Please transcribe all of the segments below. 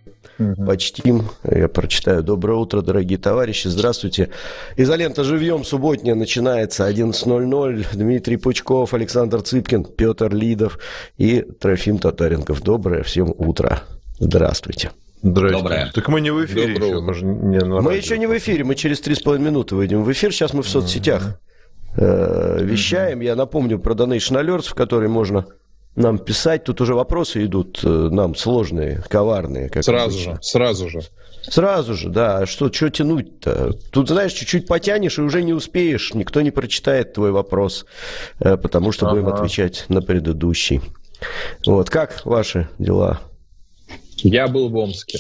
почтим. Я прочитаю. Доброе утро, дорогие товарищи. Здравствуйте. Изолента живьем. Субботняя начинается 11:00. Дмитрий Пучков, Александр Цыпкин, Петр Лидов и Трофим Татаренков. Доброе всем утро. Здравствуйте. Здрасте. Доброе. Так мы не в эфире еще. Мы еще не в эфире. Мы через 3,5 минуты выйдем в эфир. Сейчас мы в соцсетях вещаем. Я напомню про Donation Alerts, в который можно нам писать. Тут уже вопросы идут нам сложные, коварные. Как Сразу же. Сразу же, да. Что тянуть-то? Тут, знаешь, чуть-чуть потянешь и уже не успеешь. Никто не прочитает твой вопрос, потому что будем отвечать на предыдущий. Вот. Как ваши дела? Я был в Омске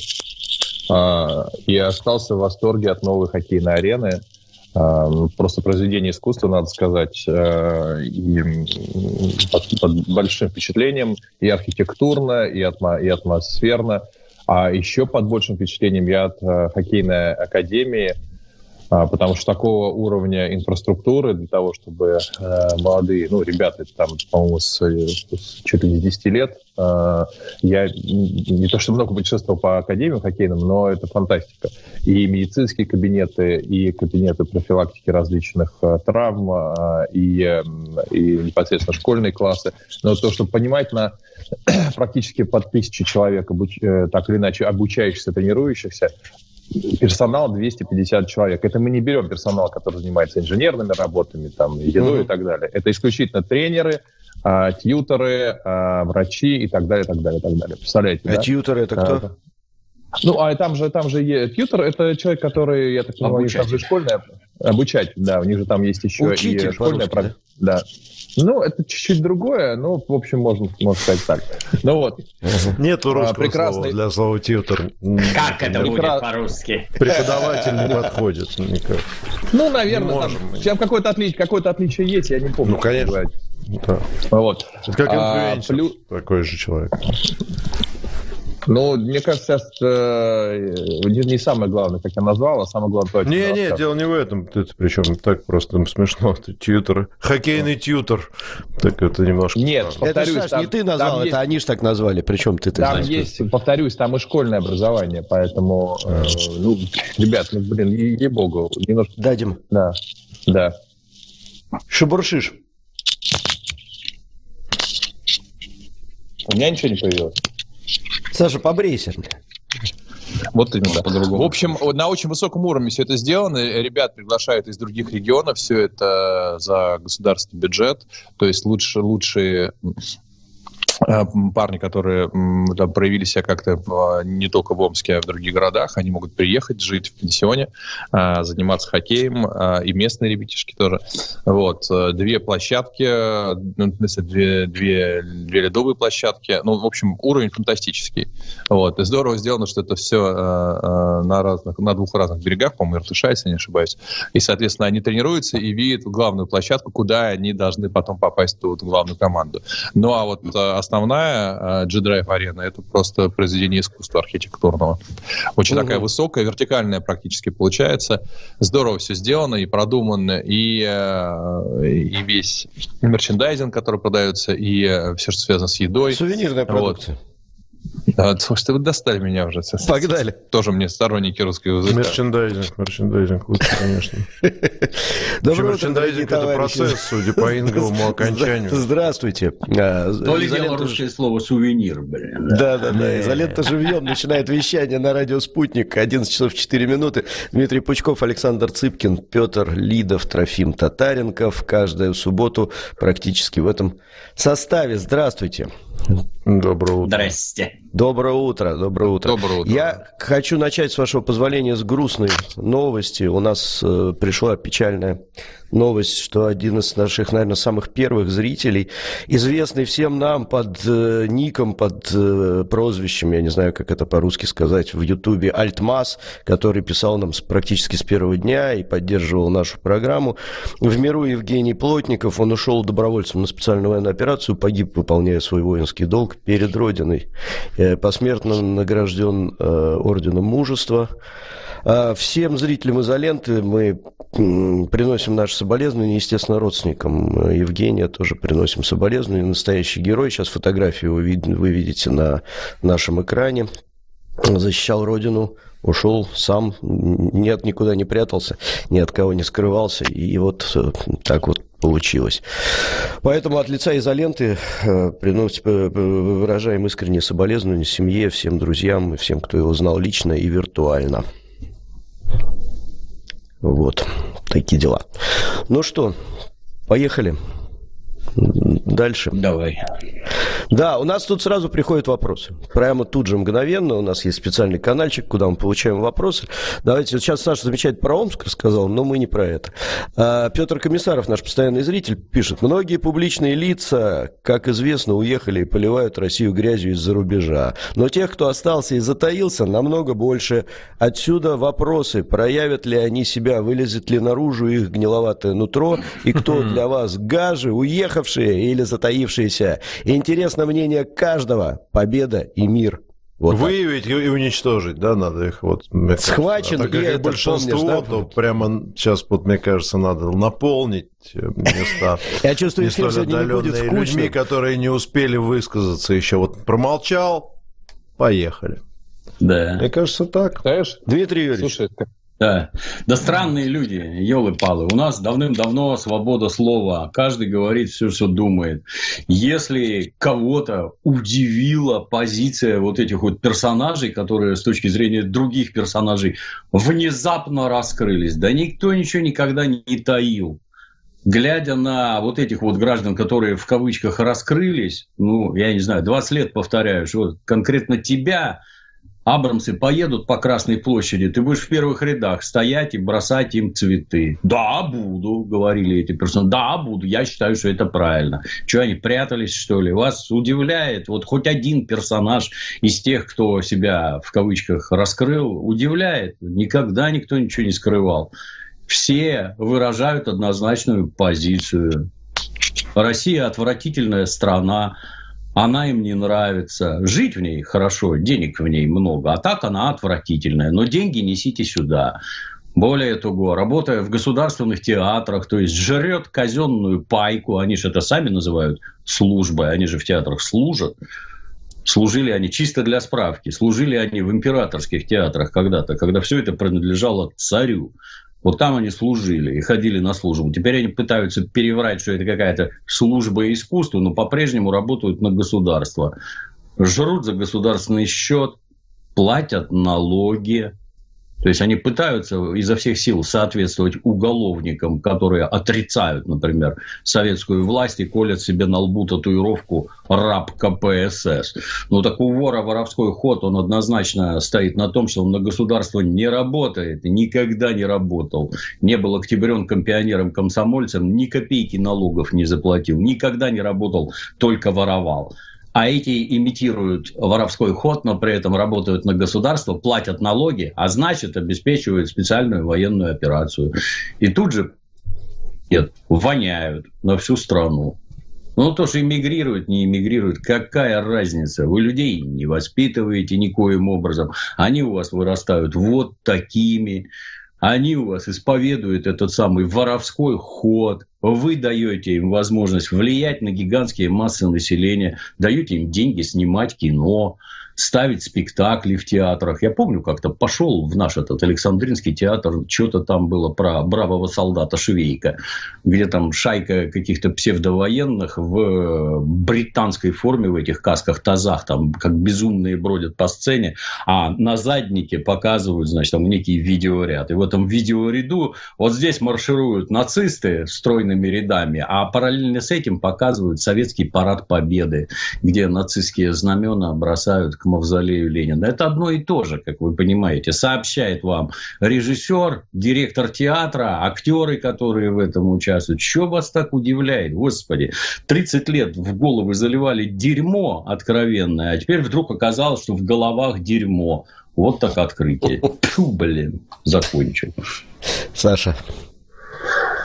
и остался в восторге от новой хоккейной арены. Просто произведение искусства, надо сказать, и под большим впечатлением и архитектурно, и атмосферно. А еще под большим впечатлением я от хоккейной академии, потому что такого уровня инфраструктуры для того, чтобы молодые, ребята, там, по-моему, чуть ли не 10 лет, я не то что много путешествовал по академиям хоккейным, но это фантастика. И медицинские кабинеты, и кабинеты профилактики различных травм, и непосредственно школьные классы. Но то, чтобы понимать, практически под 1000 человек, так или иначе, обучающихся, тренирующихся, персонал 250 человек. Это мы не берем персонал, который занимается инженерными работами, там, едой и так далее. Это исключительно тренеры, тьюторы, врачи и так далее, так далее, так далее. Представляете, да? Тьюторы это кто? Там же тьютор, это человек, который, я так понимаю, там же школьная... Обучать, да, у них же там есть еще учитель, и школьная... Да. Это чуть-чуть другое, в общем, можно сказать так. Нету русского слова для слова тьютор. Как это будет по-русски? Преподаватель не подходит никак. Наверное, там какое-то отличие есть, я не помню. Ну, конечно. Да. Это как инфлюенсер, такой же человек. Мне кажется, сейчас не самое главное, как я назвал, а самое главное... Не, дело не в этом. Это причем так просто смешно. Ты тьютор. Хоккейный тьютор. Так это немножко... Нет, повторюсь... Это, Саш, не ты назвал, это они же так назвали. Причем ты там знаешь, есть, повторюсь, там и школьное образование, поэтому... ребят, ей-богу, немножко... Дадим. Да. Шебуршиш. У меня ничего не появилось. Саша, побрейся. Вот именно. В общем, на очень высоком уровне все это сделано. Ребят приглашают из других регионов. Все это за государственный бюджет. То есть лучшие парни, которые там проявили себя как-то не только в Омске, а в других городах, они могут приехать, жить в пансионе, заниматься хоккеем, и местные ребятишки тоже. 2 площадки, 2 ледовые площадки. В общем, уровень фантастический. И здорово сделано, что это все на 2 разных берегах, по-моему, Иртыша, если не ошибаюсь. И, соответственно, они тренируются и видят главную площадку, куда они должны потом попасть в главную команду. Основная G-Drive арена — это просто произведение искусства архитектурного. Очень такая высокая, вертикальная практически получается. Здорово все сделано и продумано, и весь мерчендайзинг, который продается, и все, что связано с едой. Сувенирная продукция. Слушайте, вы достали меня уже. Погнали. Тоже мне сторонники русского языка. Мерчендайзинг лучше, конечно. Мерчендайзинг — это процесс, судя по инговому окончанию. Здравствуйте. То ли дело русское слово «сувенир», блин. Да. Изолента живьем начинает вещание на радио «Спутник». 11 часов 4 минуты. Дмитрий Пучков, Александр Цыпкин, Петр Лидов, Трофим Татаренков. Каждую субботу практически в этом составе. Здравствуйте. Доброе утро. Здрасте. Доброе утро. Я хочу начать, с вашего позволения, с грустной новости. У нас пришла печальная новость, что один из наших, наверное, самых первых зрителей, известный всем нам под ником, под прозвищем, я не знаю, как это по-русски сказать, в Ютубе, Альтмас, который писал нам практически с первого дня и поддерживал нашу программу. В миру Евгений Плотников, он ушел добровольцем на специальную военную операцию, погиб, выполняя свой воинский долг перед Родиной. Посмертно награжден орденом Мужества. Всем зрителям «Изоленты» мы приносим наши соболезнования, естественно, родственникам Евгения тоже приносим соболезнования. Настоящий герой. Сейчас фотографию вы видите на нашем экране. защищал родину, ушел сам, никуда не прятался, ни от кого не скрывался, и вот так вот получилось. Поэтому от лица «Изоленты» выражаем искренние соболезнования семье, всем друзьям и всем, кто его знал лично и виртуально. Вот, такие дела. Ну что, поехали. Дальше. Давай. Да, у нас тут сразу приходят вопросы. Прямо тут же мгновенно. У нас есть специальный канальчик, куда мы получаем вопросы. Давайте, вот сейчас Саша замечательно про Омск рассказал, но мы не про это. Петр Комиссаров, наш постоянный зритель, пишет: многие публичные лица, как известно, уехали и поливают Россию грязью из-за рубежа. Но тех, кто остался и затаился, намного больше. Отсюда вопросы: проявят ли они себя, вылезет ли наружу их гниловатое нутро, и кто для вас гажи, уехавшие или затаившиеся. Интересно мнение каждого. Победа и мир. Вот выявить так. И уничтожить, да, надо их вот. Схвачен, так как и большинство, помнишь, да? То прямо сейчас, вот, мне кажется, надо наполнить места. Я чувствую, что сегодня не будет скучно. Людьми, которые не успели высказаться еще. Вот промолчал, поехали. Да. Мне кажется, так. Знаешь, Дмитрий Юрьевич. слушай, Да. Да странные люди, елы-палы. У нас давным-давно свобода слова. Каждый говорит все, что думает. Если кого-то удивила позиция вот этих вот персонажей, которые с точки зрения других персонажей внезапно раскрылись, да никто ничего никогда не таил. Глядя на вот этих вот граждан, которые в кавычках раскрылись, ну, я не знаю, 20 лет повторяю, что вот конкретно тебя... Абрамсы поедут по Красной площади, ты будешь в первых рядах стоять и бросать им цветы. Да, буду, говорили эти персонажи. Да, буду, я считаю, что это правильно. Что, они прятались, что ли? Вас удивляет, вот хоть один персонаж из тех, кто себя в кавычках раскрыл, удивляет? Никогда никто ничего не скрывал. Все выражают однозначную позицию. Россия отвратительная страна. Она им не нравится. Жить в ней хорошо, денег в ней много. А так она отвратительная. Но деньги несите сюда. Более того, работая в государственных театрах, то есть жрет казенную пайку, они же это сами называют службой, они же в театрах служат. Служили они, чисто для справки, служили они в императорских театрах когда-то, когда все это принадлежало царю. Вот там они служили и ходили на службу. Теперь они пытаются переврать, что это какая-то служба искусства, но по-прежнему работают на государство. Жрут за государственный счет, платят налоги. То есть они пытаются изо всех сил соответствовать уголовникам, которые отрицают, например, советскую власть и колят себе на лбу татуировку «раб КПСС». Ну так у вора воровской ход, он однозначно стоит на том, что он на государство не работает, никогда не работал. Не был октябренком, пионером, комсомольцем, ни копейки налогов не заплатил, никогда не работал, только воровал. А эти имитируют воровской ход, но при этом работают на государство, платят налоги, а значит, обеспечивают специальную военную операцию. И тут же воняют на всю страну. Ну, то, что эмигрируют, не эмигрируют, какая разница? Вы людей не воспитываете никоим образом. Они у вас вырастают вот такими. Они у вас исповедуют этот самый воровской ход. Вы даете им возможность влиять на гигантские массы населения, даете им деньги снимать кино, ставить спектакли в театрах. Я помню, как-то пошел в наш этот Александринский театр, что-то там было про бравого солдата Швейка, где там шайка каких-то псевдовоенных в британской форме, в этих касках-тазах, там как безумные бродят по сцене, а на заднике показывают, значит, там некий видеоряд. И в этом видеоряду вот здесь маршируют нацисты стройными рядами, а параллельно с этим показывают советский парад Победы, где нацистские знамена бросают к мавзолею Ленина. Это одно и то же, как вы понимаете. Сообщает вам режиссер, директор театра, актеры, которые в этом участвуют. Что вас так удивляет? Господи, 30 лет в головы заливали дерьмо откровенное, а теперь вдруг оказалось, что в головах дерьмо. Вот так открытие. Фу, блин, закончил. Саша.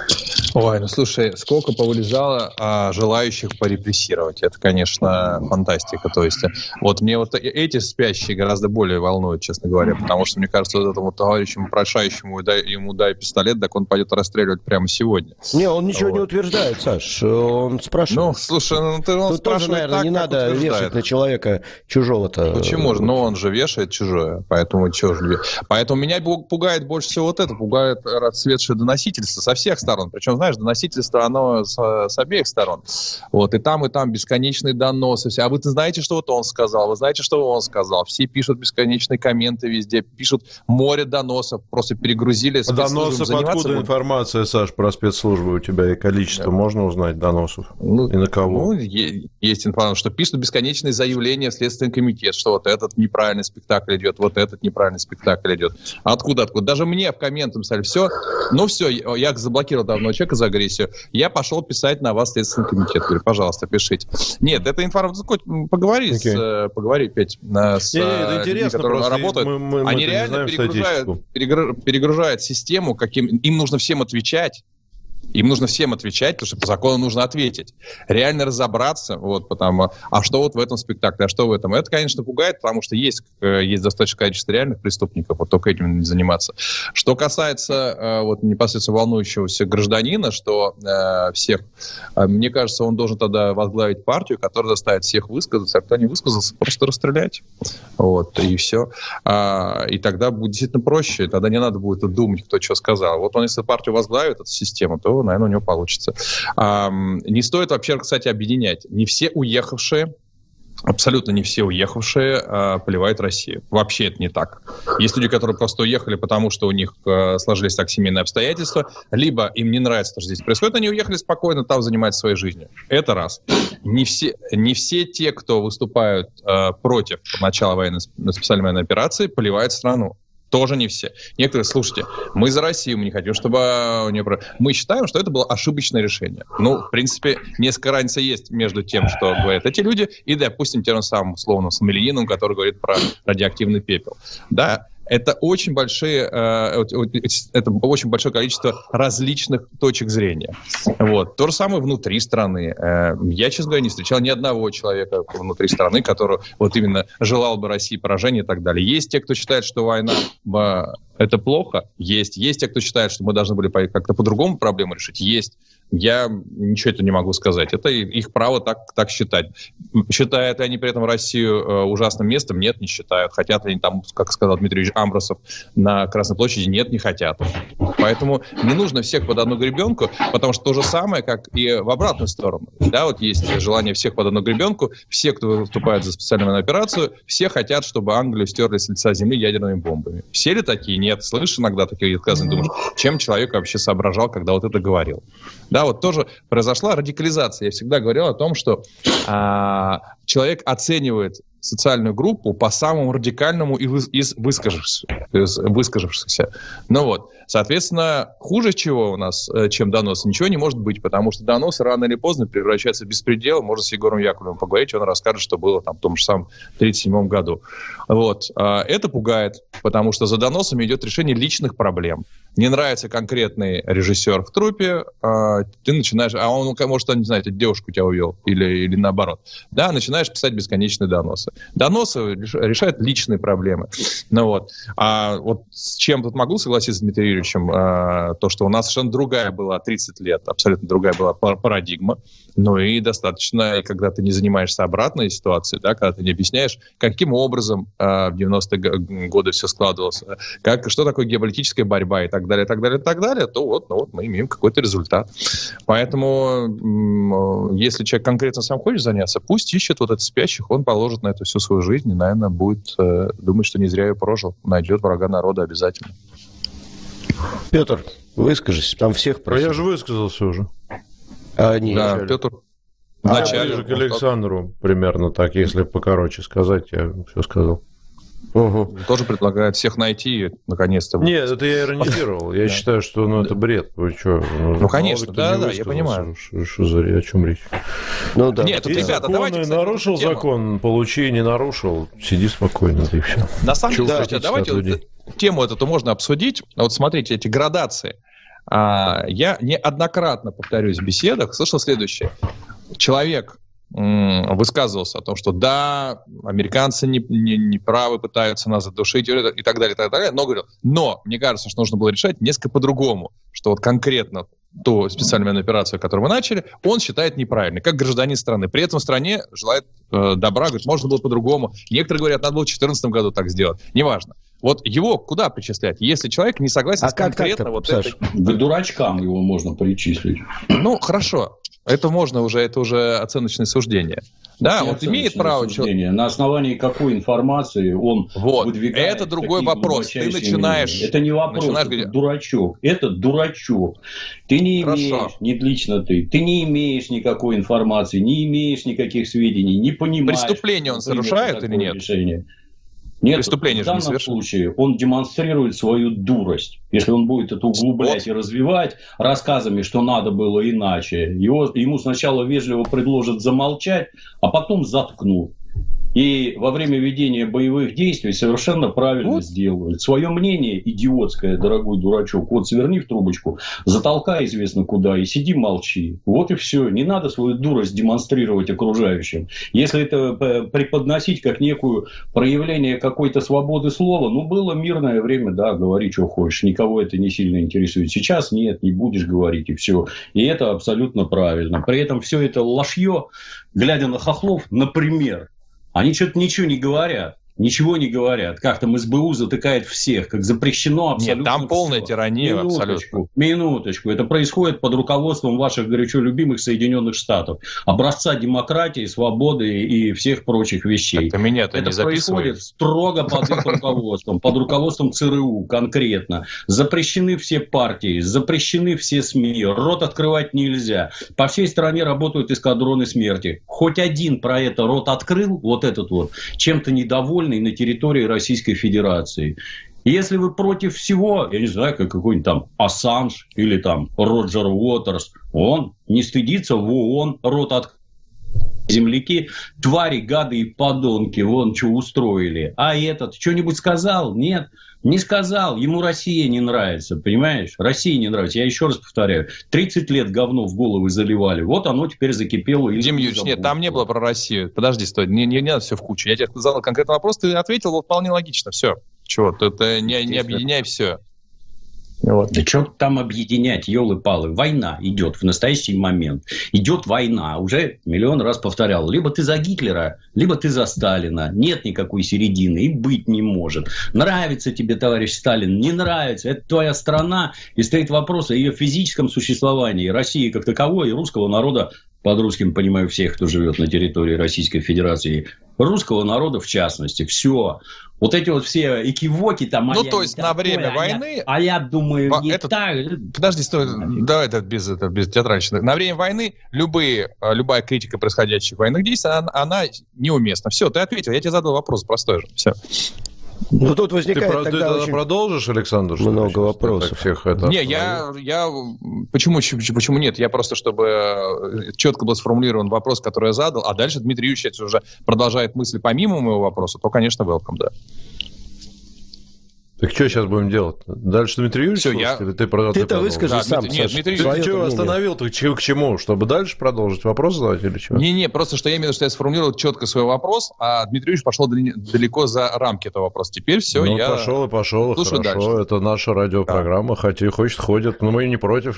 Ой, ну слушай, сколько повылезало желающих порепрессировать. Это, конечно, фантастика. То есть, вот мне вот эти спящие гораздо более волнуют, честно говоря, потому что, мне кажется, вот этому товарищу, прошающему, ему дай пистолет, так он пойдет расстреливать прямо сегодня. Не, он ничего не утверждает, Саш. Он спрашивает. Ну, слушай, он тут тоже, наверное, так, не надо вешать на человека чужого-то. Почему же? Ну, он же вешает чужое, поэтому что же? Поэтому меня пугает больше всего вот это, пугает расцветшее доносительство со всех сторон. Причем, знаешь, доносительство, оно с обеих сторон. Вот, и там бесконечные доносы. А вы знаете, что вот он сказал? Вы знаете, что он сказал? Все пишут бесконечные комменты везде, пишут море доносов, просто перегрузили спецслужбы. Доносов откуда информация, Саш, про спецслужбы у тебя и количество? Да. Можно узнать доносов? Ну, и на кого? Ну, есть информация, что пишут бесконечные заявления в Следственный комитет, что вот этот неправильный спектакль идет, вот этот неправильный спектакль идет. Откуда? Даже мне в комменты писали, все, я заблокировал давно человека за агрессию, я пошел писать на вас Следственный комитет. Говорю, пожалуйста, пишите. Нет, это информация, поговори, Петь, с людьми, которые работают. Они реально перегружают систему, им нужно всем отвечать. Им нужно всем отвечать, потому что по закону нужно ответить. Реально разобраться, а что вот в этом спектакле, а что в этом. Это, конечно, пугает, потому что есть достаточное количество реальных преступников, вот только этим не заниматься. Что касается непосредственно волнующегося гражданина, что всех, мне кажется, он должен тогда возглавить партию, которая заставит всех высказаться, а кто не высказался, просто расстрелять. И все. И тогда будет действительно проще, тогда не надо будет думать, кто что сказал. Вот он, если партию возглавит, эту систему, то, наверное, у него получится. Не стоит вообще, кстати, объединять. Не все уехавшие, абсолютно не все уехавшие поливают Россию. Вообще это не так. Есть люди, которые просто уехали, потому что у них сложились так семейные обстоятельства, либо им не нравится, что здесь происходит, они уехали спокойно, там занимаются своей жизнью. Это раз. Не все те, кто выступают против начала специальной военной операции, поливают страну. Тоже не все. Некоторые, слушайте, мы за Россию, мы не хотим, чтобы... Мы считаем, что это было ошибочное решение. В принципе, несколько разница есть между тем, что говорят эти люди, и, допустим, тем самым условным Самильянином, который говорит про радиоактивный пепел. Да, это очень большое количество различных точек зрения. То же самое внутри страны. Я, честно говоря, не встречал ни одного человека внутри страны, который именно желал бы России поражения и так далее. Есть те, кто считает, что война это плохо. Есть те, кто считает, что мы должны были как-то по-другому проблему решить. Есть. Я ничего этого не могу сказать. Это их право так считать. Считают ли они при этом Россию ужасным местом? Нет, не считают. Хотят ли они там, как сказал Дмитрий Ильич Амбросов, на Красной площади? Нет, не хотят. Поэтому не нужно всех под одну гребенку, потому что то же самое, как и в обратную сторону. Да, есть желание всех под одну гребенку. Все, кто выступает за специальную операцию, все хотят, чтобы Англию стерли с лица земли ядерными бомбами. Все ли такие? Нет. Слышишь иногда такие отказы, думаешь, чем человек вообще соображал, когда это говорил. Да, тоже произошла радикализация. Я всегда говорил о том, что человек оценивает социальную группу по самому радикальному из выскажившихся. Соответственно, хуже чего у нас, чем донос, ничего не может быть, потому что донос рано или поздно превращается в беспредел. Можно с Егором Яковлевым поговорить, он расскажет, что было в том же самом 1937 году. Это пугает, потому что за доносами идет решение личных проблем. Не нравится конкретный режиссер в труппе, ты начинаешь... А он, может, не знаю, девушку тебя увел, или наоборот. Да, начинаешь писать бесконечные доносы. Доносы решают личные проблемы. А с чем тут могу согласиться с Дмитрием Юрьевичем? То, что у нас совершенно другая была 30 лет, абсолютно другая была парадигма. И достаточно, когда ты не занимаешься обратной ситуацией, да, когда ты не объясняешь, каким образом в 90-е годы все складывалось, что такое геополитическая борьба и так далее, то мы имеем какой-то результат. Поэтому, если человек конкретно сам хочет заняться, пусть ищет этих спящих, он положит на это всю свою жизнь и, наверное, будет думать, что не зря ее прожил. Найдет врага народа обязательно. Петр, выскажись, там всех просили. Я же высказался уже. Нет. Да, Петр. Ближе к Александру примерно так, если покороче сказать, я все сказал. Угу. Тоже предлагает всех найти, наконец-то. Нет, это я иронизировал. Я считаю, что это бред. Вы что? Конечно, да, я понимаю. О чем речь? Да. Нет, тут, ребята, давайте... Нарушил закон, получи, не нарушил, сиди спокойно, и все. На самом деле, давайте тему эту можно обсудить. Смотрите, эти градации. Я неоднократно, повторюсь, в беседах слышал следующее. Человек высказывался о том, что да, американцы не правы, пытаются нас задушить и так далее, но говорил, но мне кажется, что нужно было решать несколько по-другому, что вот конкретно ту специальную военную операцию, которую мы начали, он считает неправильной, как гражданин страны. При этом стране желает добра, говорит, можно было по-другому. Некоторые говорят, надо было в 2014 году так сделать. Неважно. Вот его куда причислять, если человек не согласен с конкретно вот этой... К дурачкам его можно причислить. Ну, хорошо. Это уже оценочное суждение. Да, он имеет право... На основании какой информации он выдвигает... Это другой вопрос. Ты начинаешь... Это не вопрос, это дурачок. Это дурачок. Ты не имеешь, не лично ты не имеешь никакой информации, не имеешь никаких сведений, не понимаешь... Преступление он совершает или нет? Решение. Нет, преступление в данном случае он демонстрирует свою дурость. Если он будет это углублять и развивать рассказами, что надо было иначе, ему сначала вежливо предложат замолчать, а потом заткнут. И во время ведения боевых действий совершенно правильно сделают. Свое мнение идиотское, дорогой дурачок, вот сверни в трубочку, затолкай известно куда и сиди молчи. Вот и все. Не надо свою дурость демонстрировать окружающим. Если это преподносить как некую проявление какой-то свободы слова, было мирное время, да, говори, что хочешь. Никого это не сильно интересует. Сейчас нет, не будешь говорить, и все. И это абсолютно правильно. При этом все это лошье, глядя на хохлов, например, они что-то ничего не говорят. Ничего не говорят. Как там СБУ затыкает всех, как запрещено абсолютно. Нет, там полная тирания абсолютно. Минуточку. Это происходит под руководством ваших горячо любимых Соединенных Штатов. Образца демократии, свободы и всех прочих вещей. Это меня-то не записывает. Это происходит строго под их руководством. Под руководством ЦРУ конкретно. Запрещены все партии, запрещены все СМИ. Рот открывать нельзя. По всей стране работают эскадроны смерти. Хоть один про это рот открыл, вот этот вот, чем-то недовольный на территории Российской Федерации. Если вы против всего, я не знаю, как какой-нибудь там Ассанж или там Роджер Уотерс, он не стыдится в ООН рот открыть. Земляки, твари, гады и подонки, вон что устроили. А этот что-нибудь сказал? Нет, не сказал. Ему Россия не нравится, понимаешь? Россия не нравится. Я еще раз повторяю. 30 лет говно в головы заливали. Вот оно теперь закипело. Дим Юрьевич, нет, там не было про Россию. Подожди, стой, не надо все в кучу. Я тебе задал конкретный вопрос, ты ответил вполне логично. Все. Чего? Ты не объединяй все. Вот. Да что там объединять, елы-палы. Война идет в настоящий момент. Идет война. Уже миллион раз повторял. Либо ты за Гитлера, либо ты за Сталина. Нет никакой середины и быть не может. Нравится тебе, товарищ Сталин, не нравится. Это твоя страна. И стоит вопрос о ее физическом существовании. России как таковой и русского народа. Под русским понимаю всех, кто живет на территории Российской Федерации. Русского народа в частности. Все. Вот эти вот все экивоки там... то есть на время войны... А я думаю, не так... Подожди, стой. Давай это без театральщины. На время войны любая критика происходящих военных действий, она неуместна. Все, ты ответил. Я тебе задал вопрос простой же. Все. Ну, тут возникает ты тогда продолжишь, Александр? Много вопросов. Всех это не, я... Почему нет? Я просто, чтобы четко был сформулирован вопрос, который я задал, а дальше Дмитрий Юрьевич, если уже продолжает мысли помимо моего вопроса, то, конечно, welcome, да. Так что сейчас будем делать? Дальше Дмитрий Юрьевич? Все, или ты-то выскажи да, сам, Нет, Дмитрий Юрьевич... Ты чего остановил-то? К чему? Чтобы дальше продолжить вопрос задавать или чего? Не, просто что я имею в виду, что я сформулировал четко свой вопрос, а Дмитрий Юрьевич пошел далеко за рамки этого вопроса. Теперь все, я пошел, хорошо. Дальше. Это наша радиопрограмма, хотя хочет, ходит, но мы не против.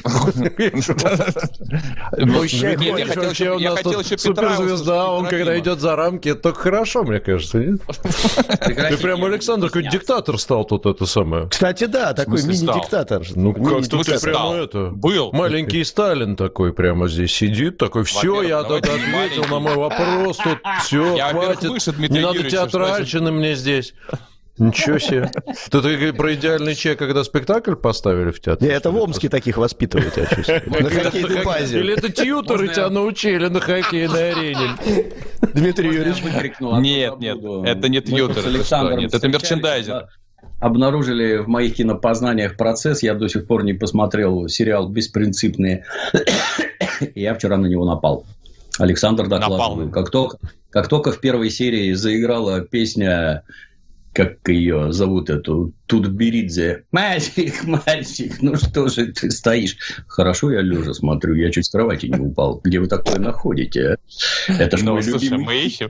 Я хотел еще суперзвезда, он когда идет за рамки, это только хорошо, мне кажется, нет? Ты прям, Александр, какой диктатор стал тут это самое. Кстати, да, такой мини-диктатор. Ну, как-то ты прямо это... Был. Маленький Сталин такой прямо здесь сидит, такой, все, я ответил на мой вопрос, тут все, хватит, не надо театральщины мне здесь. Ничего себе. Ты про идеальный чек, когда спектакль поставили в театре? Это в Омске таких воспитывают, я чувствую. На хоккейной базе. Или это тьюторы тебя научили на хоккейной арене? Дмитрий Юрьевич. Нет, это не тьюторы. Нет, это мерчендайзер. Обнаружили в моих кинопознаниях процесс. Я до сих пор не посмотрел сериал «Беспринципные». Я вчера на него напал. Александр докладывал. Как только в первой серии заиграла песня как ее зовут, эту Тутберидзе. Мальчик, ну что же ты стоишь? Хорошо, я лежа смотрю, я чуть с кровати не упал. Где вы такое находите? Это же мой любимый. Мы ищем.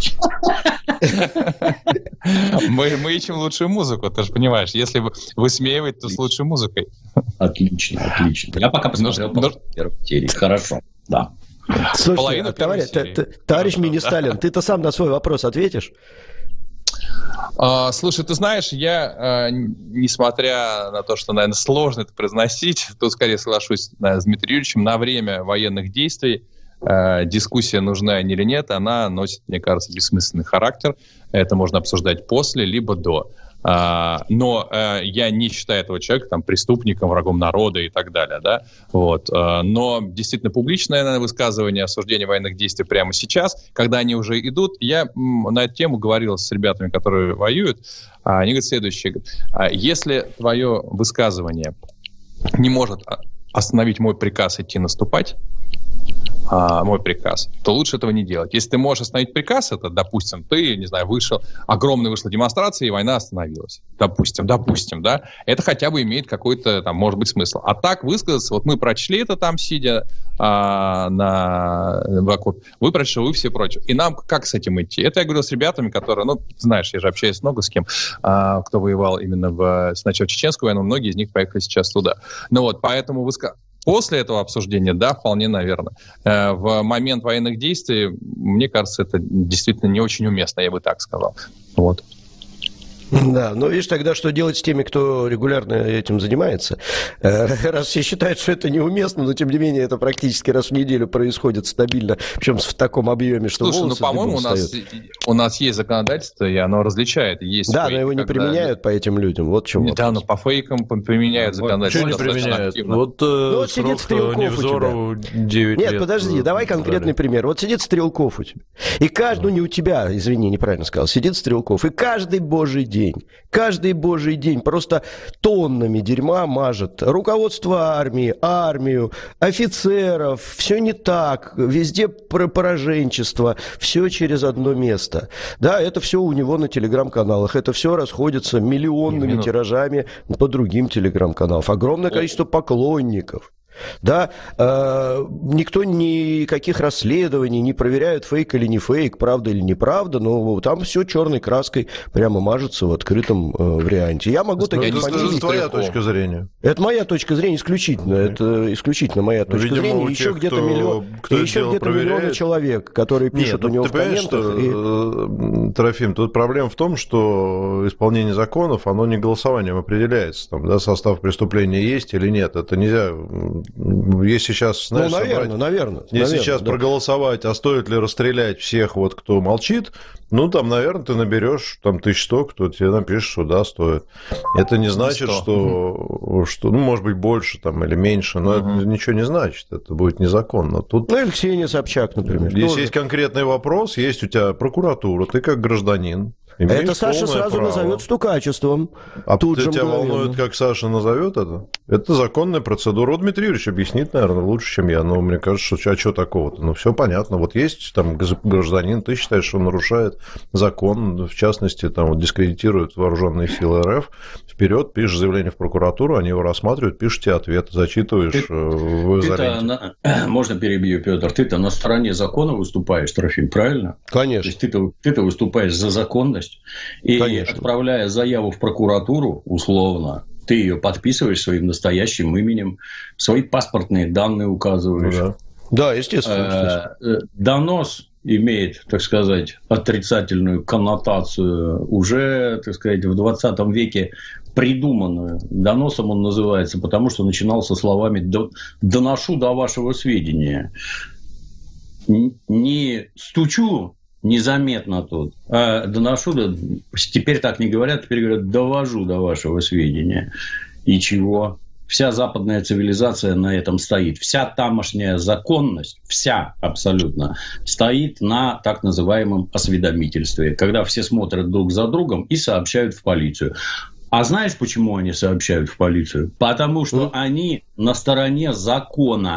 Мы ищем лучшую музыку, ты же понимаешь. Если высмеивать, то с лучшей музыкой. Отлично. Я пока посмотрел первую серию. Хорошо, да. Слушайте, товарищ мини-Сталин, ты-то сам на свой вопрос ответишь? Слушай, ты знаешь, я, несмотря на то, что, наверное, сложно это произносить, тут скорее соглашусь с Дмитрием Юрьевичем, на время военных действий дискуссия, нужна или нет, она носит, мне кажется, бессмысленный характер. Это можно обсуждать после, либо до. Но я не считаю этого человека там, преступником, врагом народа и так далее. Да? Вот. Но действительно публичное, наверное, высказывание, осуждение военных действий прямо сейчас, когда они уже идут, я на эту тему говорил с ребятами, которые воюют, они говорят следующее. Если твое высказывание не может остановить мой приказ идти наступать, мой приказ, то лучше этого не делать. Если ты можешь остановить приказ, это, допустим, ты, не знаю, вышла демонстрация, и война остановилась. Допустим, да, это хотя бы имеет какой-то, там, может быть, смысл. А так высказаться, вот мы прочли это там, сидя в окопе, вы прочли, вы все против. И нам как с этим идти? Это я говорил с ребятами, которые, знаешь, я же общаюсь много с кем, кто воевал именно сначала в Чеченскую войну, многие из них поехали сейчас туда. Поэтому после этого обсуждения, да, вполне наверное. В момент военных действий, мне кажется, это действительно не очень уместно, я бы так сказал. Вот. Да, видишь, тогда что делать с теми, кто регулярно этим занимается? Раз все считают, что это неуместно, но тем не менее это практически раз в неделю происходит стабильно, причем в таком объеме, что волосы по-моему, у нас есть законодательство, и оно различает. Есть да, но его не применяют по этим людям, вот в чем вопрос. Да, но по фейкам применяют законодательство. Что не применяют? Сидит Стрелков у тебя. 9 Нет, лет подожди, давай конкретный пример. Вот сидит Стрелков у тебя. И не у тебя, извини, неправильно сказал, сидит Стрелков, и каждый божий день просто тоннами дерьма мажет руководство армии, армию, офицеров, все не так, везде пораженчество, все через одно место. Да, это все у него на телеграм-каналах, это все расходится миллионными тиражами по другим телеграм-каналам. Огромное количество поклонников. Да, никто никаких расследований не проверяет, фейк или не фейк, правда или неправда, но там все черной краской прямо мажется в открытом варианте. Я могу такие фамилии... Это твоя точка зрения. Это моя точка зрения исключительно. Это исключительно моя точка зрения. Еще где-то миллион человек, которые пишут у него в комментах. Трофим, тут проблема в том, что исполнение законов, оно не голосованием определяется. Там, да, состав преступления есть или нет. Это нельзя... Если сейчас, знаешь, наверное, сейчас проголосовать, а стоит ли расстрелять всех, кто молчит, там, наверное, ты наберешь 1100, кто тебе напишет, что да, стоит. Это не значит, что может быть, больше или меньше, но это ничего не значит, это будет незаконно. Тут... или Ксения Собчак, например. Если есть конкретный вопрос, есть у тебя прокуратура, ты как гражданин. Это Саша сразу назовет стукачеством. А тебя волнует, как Саша назовет это? Это законная процедура. Вот Дмитрий Юрьевич объяснит, наверное, лучше, чем я. Но мне кажется, что такого-то? Все понятно. Вот есть там гражданин, ты считаешь, что он нарушает закон, в частности, дискредитирует вооруженные силы РФ. Вперед, пишешь заявление в прокуратуру, они его рассматривают, пишешь тебе ответ, зачитываешь в изоленте. Можно перебью, Петр? Ты-то на стороне закона выступаешь, Трофим, правильно? Конечно. То есть ты-то выступаешь за законность. И отправляя заяву в прокуратуру, условно, ты ее подписываешь своим настоящим именем, свои паспортные данные указываешь. Да, естественно. Донос имеет, так сказать, отрицательную коннотацию уже, так сказать, в 20 веке придуманную. Доносом он называется, потому что начинал со словами «доношу до вашего сведения». Не стучу незаметно тут, а доношу, теперь так не говорят, теперь говорят, довожу до вашего сведения. И чего? Вся западная цивилизация на этом стоит. Вся тамошняя законность, вся абсолютно, стоит на так называемом осведомительстве, когда все смотрят друг за другом и сообщают в полицию. А знаешь, почему они сообщают в полицию? Потому что они на стороне закона.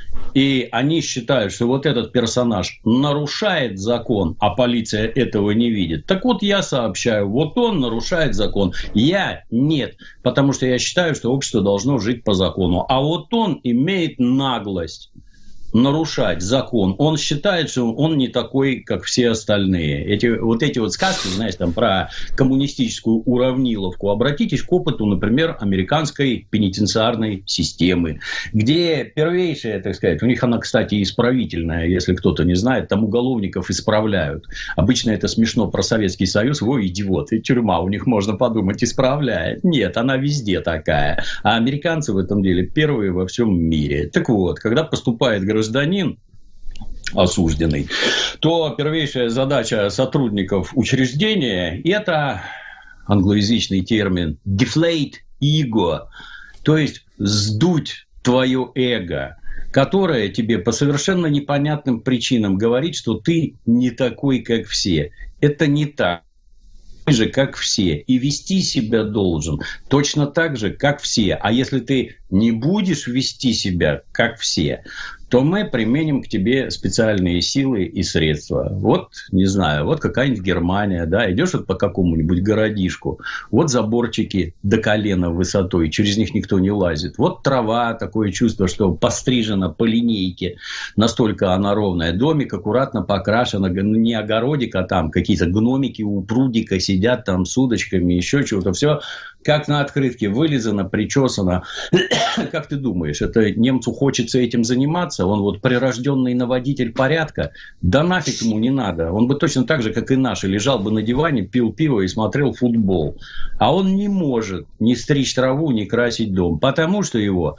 и они считают, что вот этот персонаж нарушает закон, а полиция этого не видит. Так вот, я сообщаю, вот он нарушает закон, я нет, потому что я считаю, что общество должно жить по закону. А вот он имеет наглость нарушать закон. Он считает, что он не такой, как все остальные. Эти вот сказки, знаешь, там про коммунистическую уравниловку. Обратитесь к опыту, например, американской пенитенциарной системы, где первейшая, так сказать, у них она, кстати, исправительная, если кто-то не знает, там уголовников исправляют. Обычно это смешно про Советский Союз. Ой, идиот, и тюрьма, у них, можно подумать, исправляет. Нет, она везде такая. А американцы в этом деле первые во всем мире. Так вот, когда поступает гражданин осужденный, то первейшая задача сотрудников учреждения – это англоязычный термин deflate ego, то есть сдуть твое эго, которое тебе по совершенно непонятным причинам говорит, что ты не такой, как все. Это не так же, как все. И вести себя должен точно так же, как все. А если ты не будешь вести себя, как все, то мы применим к тебе специальные силы и средства. Вот, не знаю, вот какая-нибудь Германия, да, идешь вот по какому-нибудь городишку, вот заборчики до колена высотой, через них никто не лазит. Вот трава, такое чувство, что пострижена по линейке, настолько она ровная. Домик аккуратно покрашен, не огородик, а там какие-то гномики у прудика сидят там с удочками, еще чего-то. Все как на открытке, вылизано, причесано. Как ты думаешь, это немцу хочется этим заниматься? Он вот прирожденный наводитель порядка? Да нафиг ему не надо. Он бы точно так же, как и наши, лежал бы на диване, пил пиво и смотрел футбол. А он не может ни стричь траву, ни красить дом, потому что его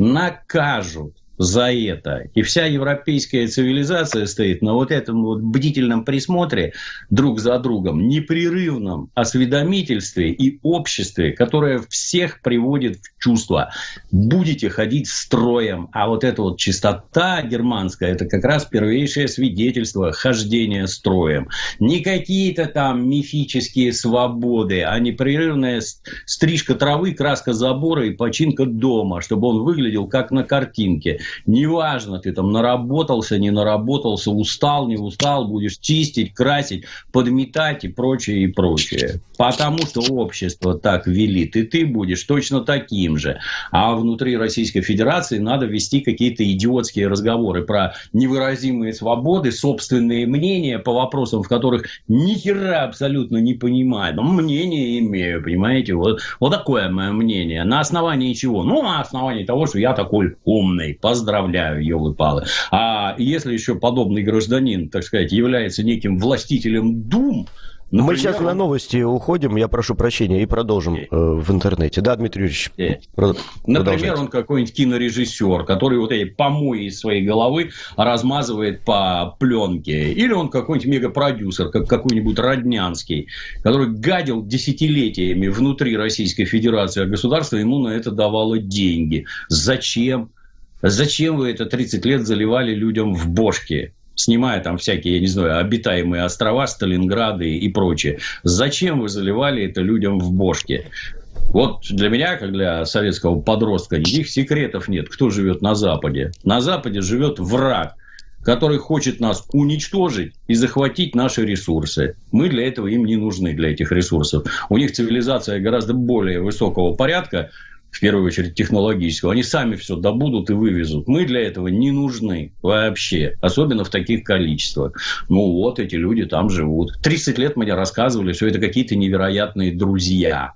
накажут за это. И вся европейская цивилизация стоит на вот этом вот бдительном присмотре друг за другом, непрерывном осведомительстве и обществе, которое всех приводит в чувство. Будете ходить строем. А вот эта вот чистота германская, это как раз первейшее свидетельство хождения строем. Не какие-то там мифические свободы, а непрерывная стрижка травы, краска забора и починка дома, чтобы он выглядел как на картинке. Неважно, ты там наработался, не наработался, устал, не устал, будешь чистить, красить, подметать и прочее, и прочее. Потому что общество так велит, и ты будешь точно таким же. А внутри Российской Федерации надо вести какие-то идиотские разговоры про невыразимые свободы, собственные мнения по вопросам, в которых ни хера абсолютно не понимаю. Но мнение имею, понимаете? Вот такое мое мнение. На основании чего? Ну, на основании того, что я такой умный. Поздравляю, елы-палы. А если еще подобный гражданин, так сказать, является неким властителем дум, например, мы сейчас на новости уходим, я прошу прощения, и продолжим в интернете. Да, Дмитрий Юрьевич, например, он какой-нибудь кинорежиссер, который вот эти помои из своей головы размазывает по пленке. Или он какой-нибудь мегапродюсер, как какой-нибудь Роднянский, который гадил десятилетиями внутри Российской Федерации, а государство ему на это давало деньги. Зачем? Зачем вы это 30 лет заливали людям в бошки, снимая там всякие, я не знаю, обитаемые острова, Сталинграды и прочее? Зачем вы заливали это людям в бошки? Вот для меня, как для советского подростка, никаких секретов нет, кто живет на Западе. На Западе живет враг, который хочет нас уничтожить и захватить наши ресурсы. Мы для этого им не нужны, для этих ресурсов. У них цивилизация гораздо более высокого порядка, в первую очередь технологического, они сами все добудут и вывезут. Мы для этого не нужны вообще, особенно в таких количествах. Ну вот, эти люди там живут. 30 лет мне рассказывали, что это какие-то невероятные друзья,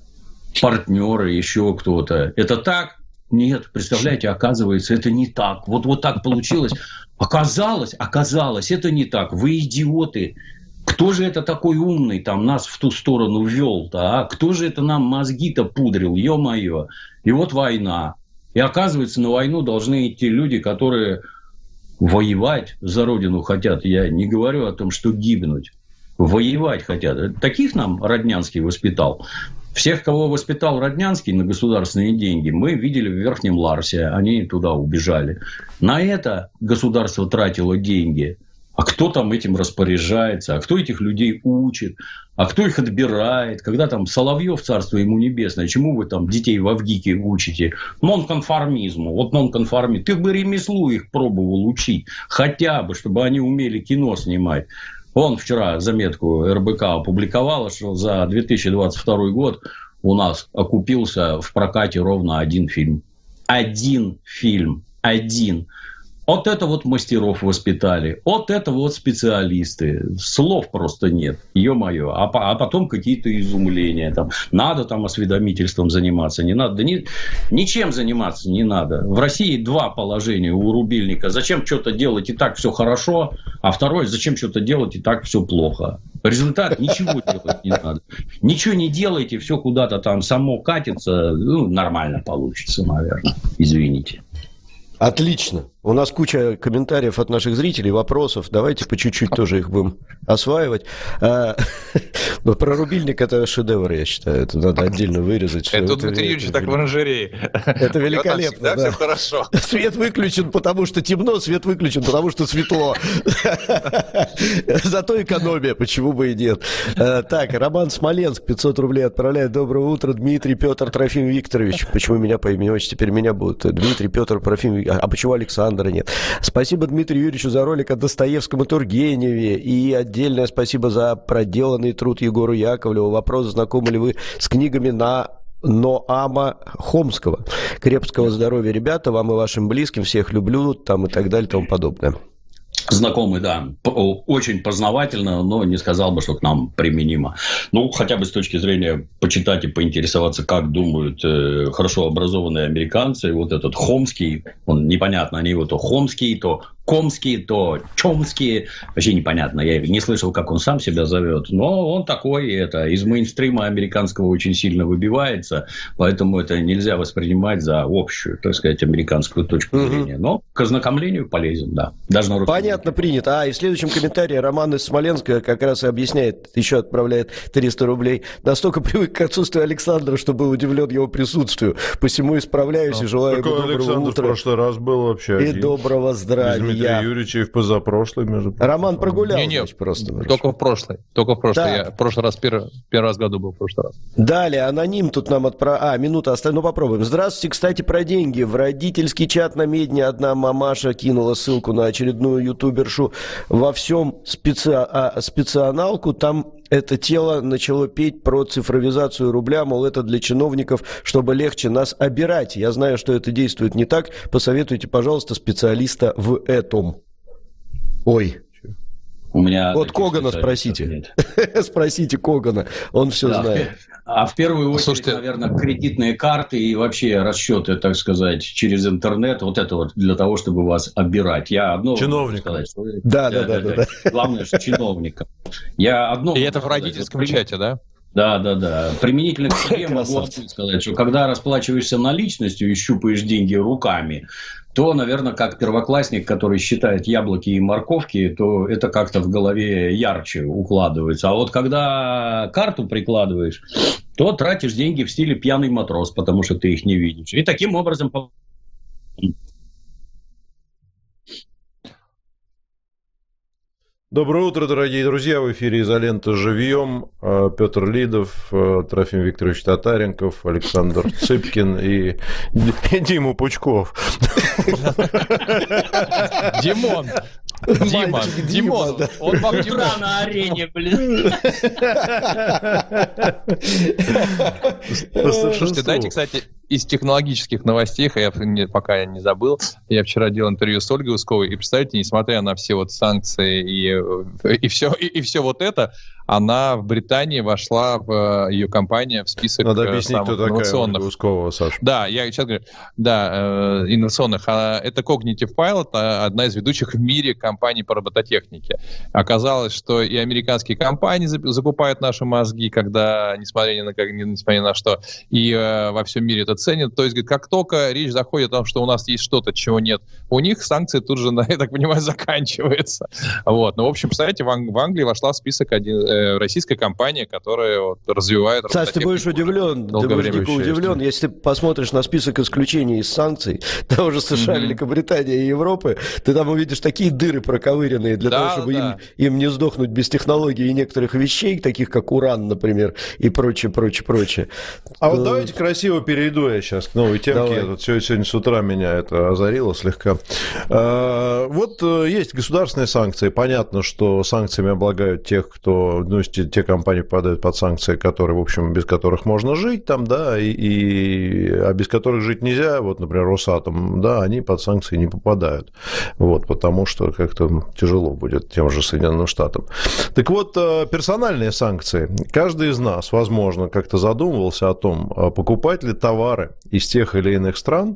партнеры, еще кто-то. Это так? Нет, представляете, оказывается, это не так. Вот так получилось. Оказалось, это не так. Вы идиоты. Кто же это такой умный там нас в ту сторону вел-то, а? Кто же это нам мозги-то пудрил, ё-моё? И вот война. И оказывается, на войну должны идти люди, которые воевать за родину хотят. Я не говорю о том, что гибнуть. Воевать хотят. Таких нам Роднянский воспитал. Всех, кого воспитал Роднянский на государственные деньги, мы видели в Верхнем Ларсе. Они туда убежали. На это государство тратило деньги. А кто там этим распоряжается? А кто этих людей учит? А кто их отбирает? Когда там Соловьев, царство ему небесное, чему вы там детей в Авгике учите? Нонконформизму. Вот нонконформизм. Ты бы ремеслу их пробовал учить. Хотя бы, чтобы они умели кино снимать. Он вчера заметку РБК опубликовал, что за 2022 год у нас окупился в прокате ровно один фильм. Один фильм. Один. Вот это вот мастеров воспитали, вот это вот специалисты. Слов просто нет, ё-моё. А потом какие-то изумления. Там, надо там осведомительством заниматься, не надо. Да ничем заниматься не надо. В России два положения у рубильника. Зачем что-то делать, и так все хорошо. А второе, зачем что-то делать, и так все плохо. Результат, ничего делать не надо. Ничего не делайте, все куда-то там само катится. Ну, нормально получится, наверное. Извините. Отлично. У нас куча комментариев от наших зрителей, вопросов. Давайте по чуть-чуть тоже их будем осваивать. Про рубильник это шедевр, я считаю. Это надо отдельно вырезать. Это Дмитрий Юрьевич так в оранжерее. Это великолепно. Да, все хорошо. Свет выключен, потому что темно, свет выключен, потому что светло. Зато экономия, почему бы и нет. Так, Роман Смоленск, 500 рублей отправляет. Доброе утро, Дмитрий, Петр, Трофим Викторович. Почему меня по имени отчеству? Теперь меня будут Дмитрий, Петр, Трофим Викторович. А почему Александра нет? Спасибо Дмитрию Юрьевичу за ролик о Достоевском и Тургеневе. И отдельное спасибо за проделанный труд Егору Яковлеву. Вопрос, знакомы ли вы с книгами Ноама Хомского. Крепкого здоровья, ребята, вам и вашим близким. Всех люблю, там и так далее, и тому подобное. Знакомый, да. Очень познавательно, но не сказал бы, что к нам применимо. Ну, хотя бы с точки зрения почитать и поинтересоваться, как думают хорошо образованные американцы. Вот этот Хомский, он непонятно, они его то Хомский, то Комский, то Чомский. Вообще непонятно. Я не слышал, как он сам себя зовет. Но он такой, это из мейнстрима американского очень сильно выбивается. Поэтому это нельзя воспринимать за общую, так сказать, американскую точку зрения. Но к ознакомлению полезен, да. Даже на русском. Понятно, принято. И в следующем комментарии Роман из Смоленска как раз и объясняет, еще отправляет 300 рублей. Настолько привык к отсутствию Александра, что был удивлен его присутствию. Посему исправляюсь и желаю ему доброго Александр утра. В прошлый раз был вообще и один. Доброго здравия. Дмитрий Юрьевич в позапрошлый, между прочим. Роман прогулял. Нет, просто. Только в прошлый. Я в прошлый раз, первый раз в году был в прошлый раз. Далее, аноним тут нам минута осталась. Ну, попробуем. Здравствуйте, кстати, про деньги. В родительский чат на Медне одна мамаша кинула ссылку на очередную ютубершу во всем специоналку. Там это тело начало петь про цифровизацию рубля, мол, это для чиновников, чтобы легче нас обирать. Я знаю, что это действует не так. Посоветуйте, пожалуйста, специалиста в этом. Ой. У меня вот Когана спросите. Спросите Когана, он все знает. А в первую очередь, слушайте, наверное, кредитные карты и вообще расчеты, так сказать, через интернет, вот это вот для того, чтобы вас обирать. Я одно чиновник. Сказать, что... Да. Главное, что чиновником. Я одно. И это в родительском чате, да? Да. Применительно к себе могу сказать, что когда расплачиваешься наличностью и щупаешь деньги руками, то, наверное, как первоклассник, который считает яблоки и морковки, то это как-то в голове ярче укладывается. А вот когда карту прикладываешь, то тратишь деньги в стиле пьяный матрос, потому что ты их не видишь. И таким образом... Доброе утро, дорогие друзья. В эфире «Изолента. Живьем». Петр Лидов, Трофим Викторович Татаренков, Александр Цыпкин и Дима Пучков. Димон. Он вам утра на арене, блин. Слушайте, дайте, кстати, из технологических новостей, пока я не забыл, я вчера делал интервью с Ольгой Усковой, и, представляете, несмотря на все вот санкции и все вот это, она в Британии вошла, ее компания, в список надо объяснить, самых кто инновационных. Такая Ольга Ускова, Саша. Да, я сейчас говорю, да, инновационных. Это Cognitive Pilot, одна из ведущих в мире компаний по робототехнике. Оказалось, что и американские компании закупают наши мозги, когда, несмотря ни на что, и во всем мире это ценят. То есть, как только речь заходит о том, что у нас есть что-то, чего нет у них, санкции тут же, я так понимаю, заканчиваются. Вот. Ну, в общем, представляете, в Англии вошла в список российская компания, которая вот развивает... Саш, ты будешь удивлен, если ты посмотришь на список исключений из санкций того же США, Великобритании и Европы, ты там увидишь такие дыры проковыренные для того, чтобы им не сдохнуть без технологий и некоторых вещей, таких как уран, например, и прочее. А вот давайте красиво перейду я сейчас к новой темке. Сегодня с утра меня это озарило слегка. Вот есть государственные санкции. Понятно, что санкциями облагают тех, кто... Ну, те компании попадают под санкции, которые, в общем, без которых можно жить там, да, а без которых жить нельзя. Вот, например, Росатом, да, они под санкции не попадают. Вот, потому что как-то тяжело будет тем же Соединенным Штатам. Так вот, персональные санкции. Каждый из нас, возможно, как-то задумывался о том, покупать ли товары из тех или иных стран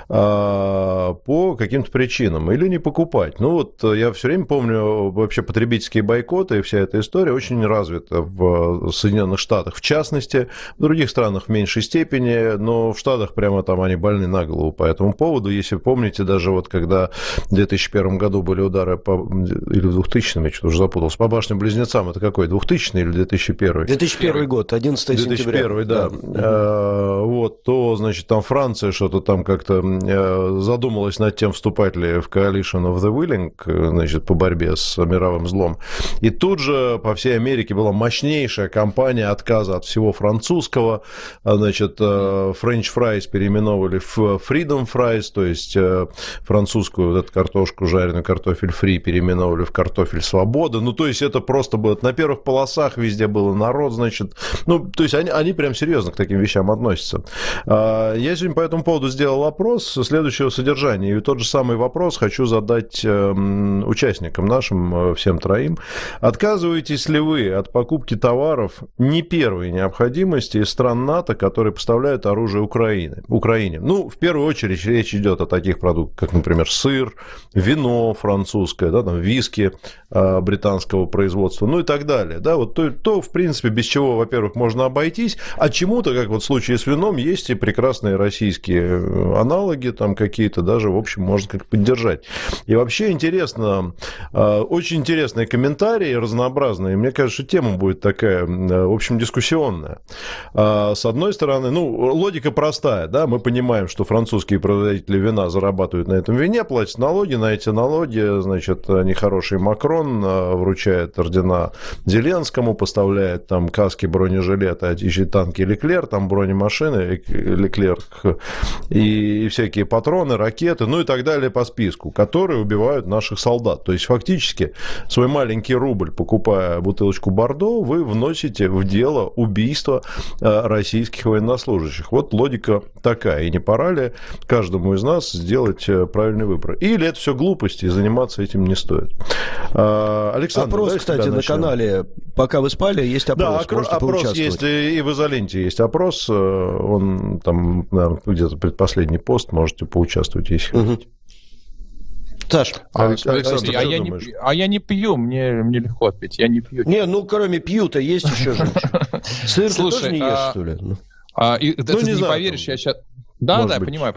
по каким-то причинам или не покупать. Ну, вот я все время помню, вообще потребительские бойкоты и вся эта история очень развита в Соединенных Штатах, в частности, в других странах в меньшей степени, но в Штатах прямо там они больны на голову по этому поводу. Если помните, даже вот когда в 2001 году были удары или в 2000-м, я что-то уже запутался, по башням-близнецам, это какой, 2000 или 2001? 2001 год, 11 сентября. 2001, да. Вот, то, значит, там Франция что-то там как-то задумалась над тем, вступать ли в Coalition of the Willing, значит, по борьбе с мировым злом. И тут же по всей Америке была мощнейшая кампания отказа от всего французского. Значит, French fries переименовывали в Freedom fries, то есть французскую вот эту картошку, жареную картофель фри переименовывали в картофель свободы. Ну, то есть это просто было на первых полосах, везде был народ, значит. Ну, то есть они прям серьезно к таким вещам относятся. Я сегодня по этому поводу сделал опрос следующего содержания. И тот же самый вопрос хочу задать участникам нашим, всем троим. Отказываетесь ли вы от покупки товаров не первой необходимости из стран НАТО, которые поставляют оружие Украине? Ну, в первую очередь речь идет о таких продуктах, как, например, сыр, вино французское, да, там, виски британского производства, ну и так далее. Да, вот то, в принципе, без чего, во-первых, можно обойтись, а чему-то, как вот в случае с вином, есть и прекрасные российские аналоги, там какие-то даже, в общем, можно как-то поддержать. И вообще интересно, очень интересные комментарии, разнообразные. Мне кажется, что тема будет такая, в общем, дискуссионная. С одной стороны, ну, логика простая, да, мы понимаем, что французские производители вина зарабатывают на этом вине, платят налоги, на эти налоги, значит, нехороший Макрон вручает ордена Зеленскому, поставляет там каски, бронежилеты, а еще танки Леклер, там бронемашины Леклер и всякие патроны, ракеты, ну и так далее по списку, которые убивают наших солдат. То есть фактически свой маленький рубль, покупая бутылочку Бордо, вы вносите в дело убийства российских военнослужащих. Вот логика такая. И не пора ли каждому из нас сделать правильный выбор? Или это все глупости, и заниматься этим не стоит? Александр, опрос, кстати, на канале «Пока вы спали» есть опрос. Да, опрос есть, и в изоленте есть опрос. Он там где-то предпоследний пост, можете поучаствовать, если хотите. Саш, Александр, я не пью, мне легко отпить, я не пью. Не, ну кроме пью-то есть еще женщина. Сыр ты тоже не ешь, что ли? Ты не поверишь, я сейчас... Да, понимаю.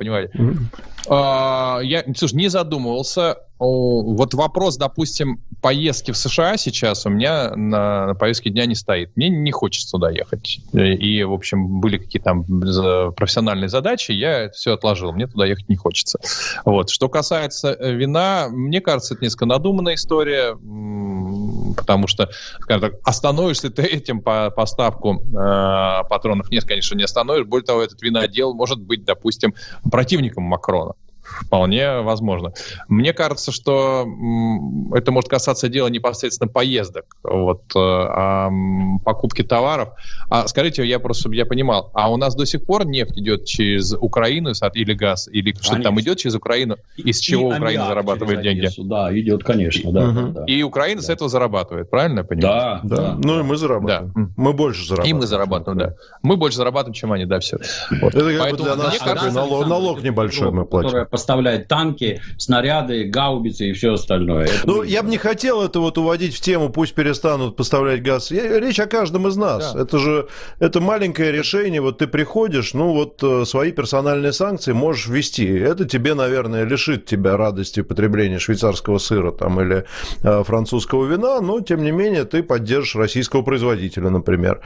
Я, слушай, не задумывался. Вот вопрос, допустим, поездки в США сейчас у меня на повестке дня не стоит. Мне не хочется туда ехать. И, в общем, были какие-то там профессиональные задачи, я это все отложил. Мне туда ехать не хочется. Вот. Что касается вина, мне кажется, это несколько надуманная история, потому что, скажем так, остановишь ли ты этим поставку патронов? Нет, конечно, не остановишь. Более того, этот винодел может быть, допустим, противником Макрона. Вполне возможно. Мне кажется, что это может касаться дела непосредственно поездок, вот, покупки товаров. Скажите, я понимал, а у нас до сих пор нефть идет через Украину или газ, или что-то там идет через Украину, из чего Украина зарабатывает деньги? Да, идет, конечно, да. И Украина с этого зарабатывает, правильно я понимаю? Да. Ну и мы зарабатываем. Да. Мы больше зарабатываем. И мы зарабатываем, да. Мы больше зарабатываем, чем они, да, все. Вот. Это как бы для нас такой налог небольшой мы платим. поставлять танки, снаряды, гаубицы и все остальное. Я бы не хотел это вот уводить в тему, пусть перестанут поставлять газ. Речь о каждом из нас. Да. Это маленькое решение. Вот ты приходишь, свои персональные санкции можешь ввести. Это тебе, наверное, лишит тебя радости потребления швейцарского сыра там, или французского вина, но, тем не менее, ты поддержишь российского производителя, например.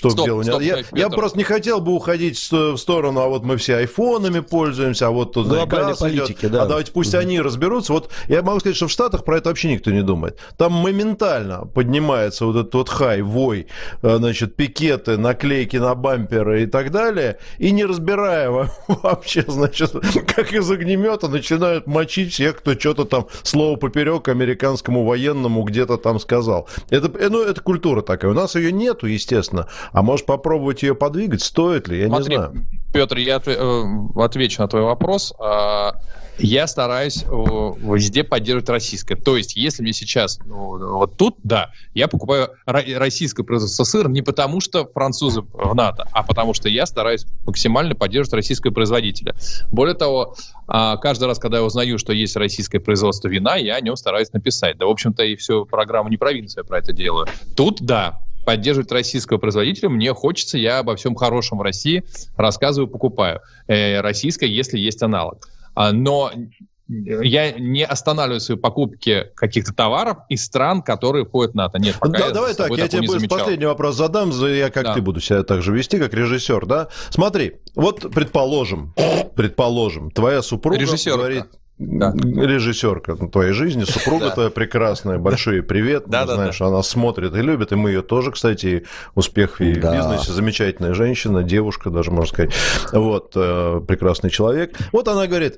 Я просто не хотел бы уходить в сторону, а вот мы все айфонами пользуемся, а вот тут газ идет, да. А давайте пусть они разберутся. Вот я могу сказать, что в Штатах про это вообще никто не думает. Там моментально поднимается вот этот вот хай, вой, значит, пикеты, наклейки на бамперы и так далее, и не разбирая вообще, значит, как из огнемета начинают мочить всех, кто что-то там слово поперек американскому военному где-то там сказал. Это культура такая. У нас ее нету, естественно. А может попробовать ее подвигать? Стоит ли? Я не знаю. Петр, я отвечу на твой вопрос. Я стараюсь везде поддерживать российское. То есть, если мне сейчас вот тут, да, я покупаю российское производство сыра не потому, что французы в НАТО, а потому что я стараюсь максимально поддерживать российского производителя. Более того, каждый раз, когда я узнаю, что есть российское производство вина, я о нем стараюсь написать. Да, в общем-то, и всю программу «Не провинция» про это делаю. Тут, да, поддерживать российского производителя мне хочется, я обо всем хорошем в России рассказываю, покупаю. Российское, если есть аналог. Но я не останавливаю свои покупки каких-то товаров из стран, которые входят в НАТО. Нет, пока давай так, я тебе последний вопрос задам, я ты буду себя так же вести, как режиссер, да? Смотри, вот предположим, твоя супруга говорит... Да. Режиссерка твоей жизни, супруга твоя прекрасная, большой привет, знаешь, она смотрит и любит, и мы ее тоже, кстати, успех в бизнесе, замечательная женщина, девушка даже, можно сказать, вот, прекрасный человек. Вот она говорит,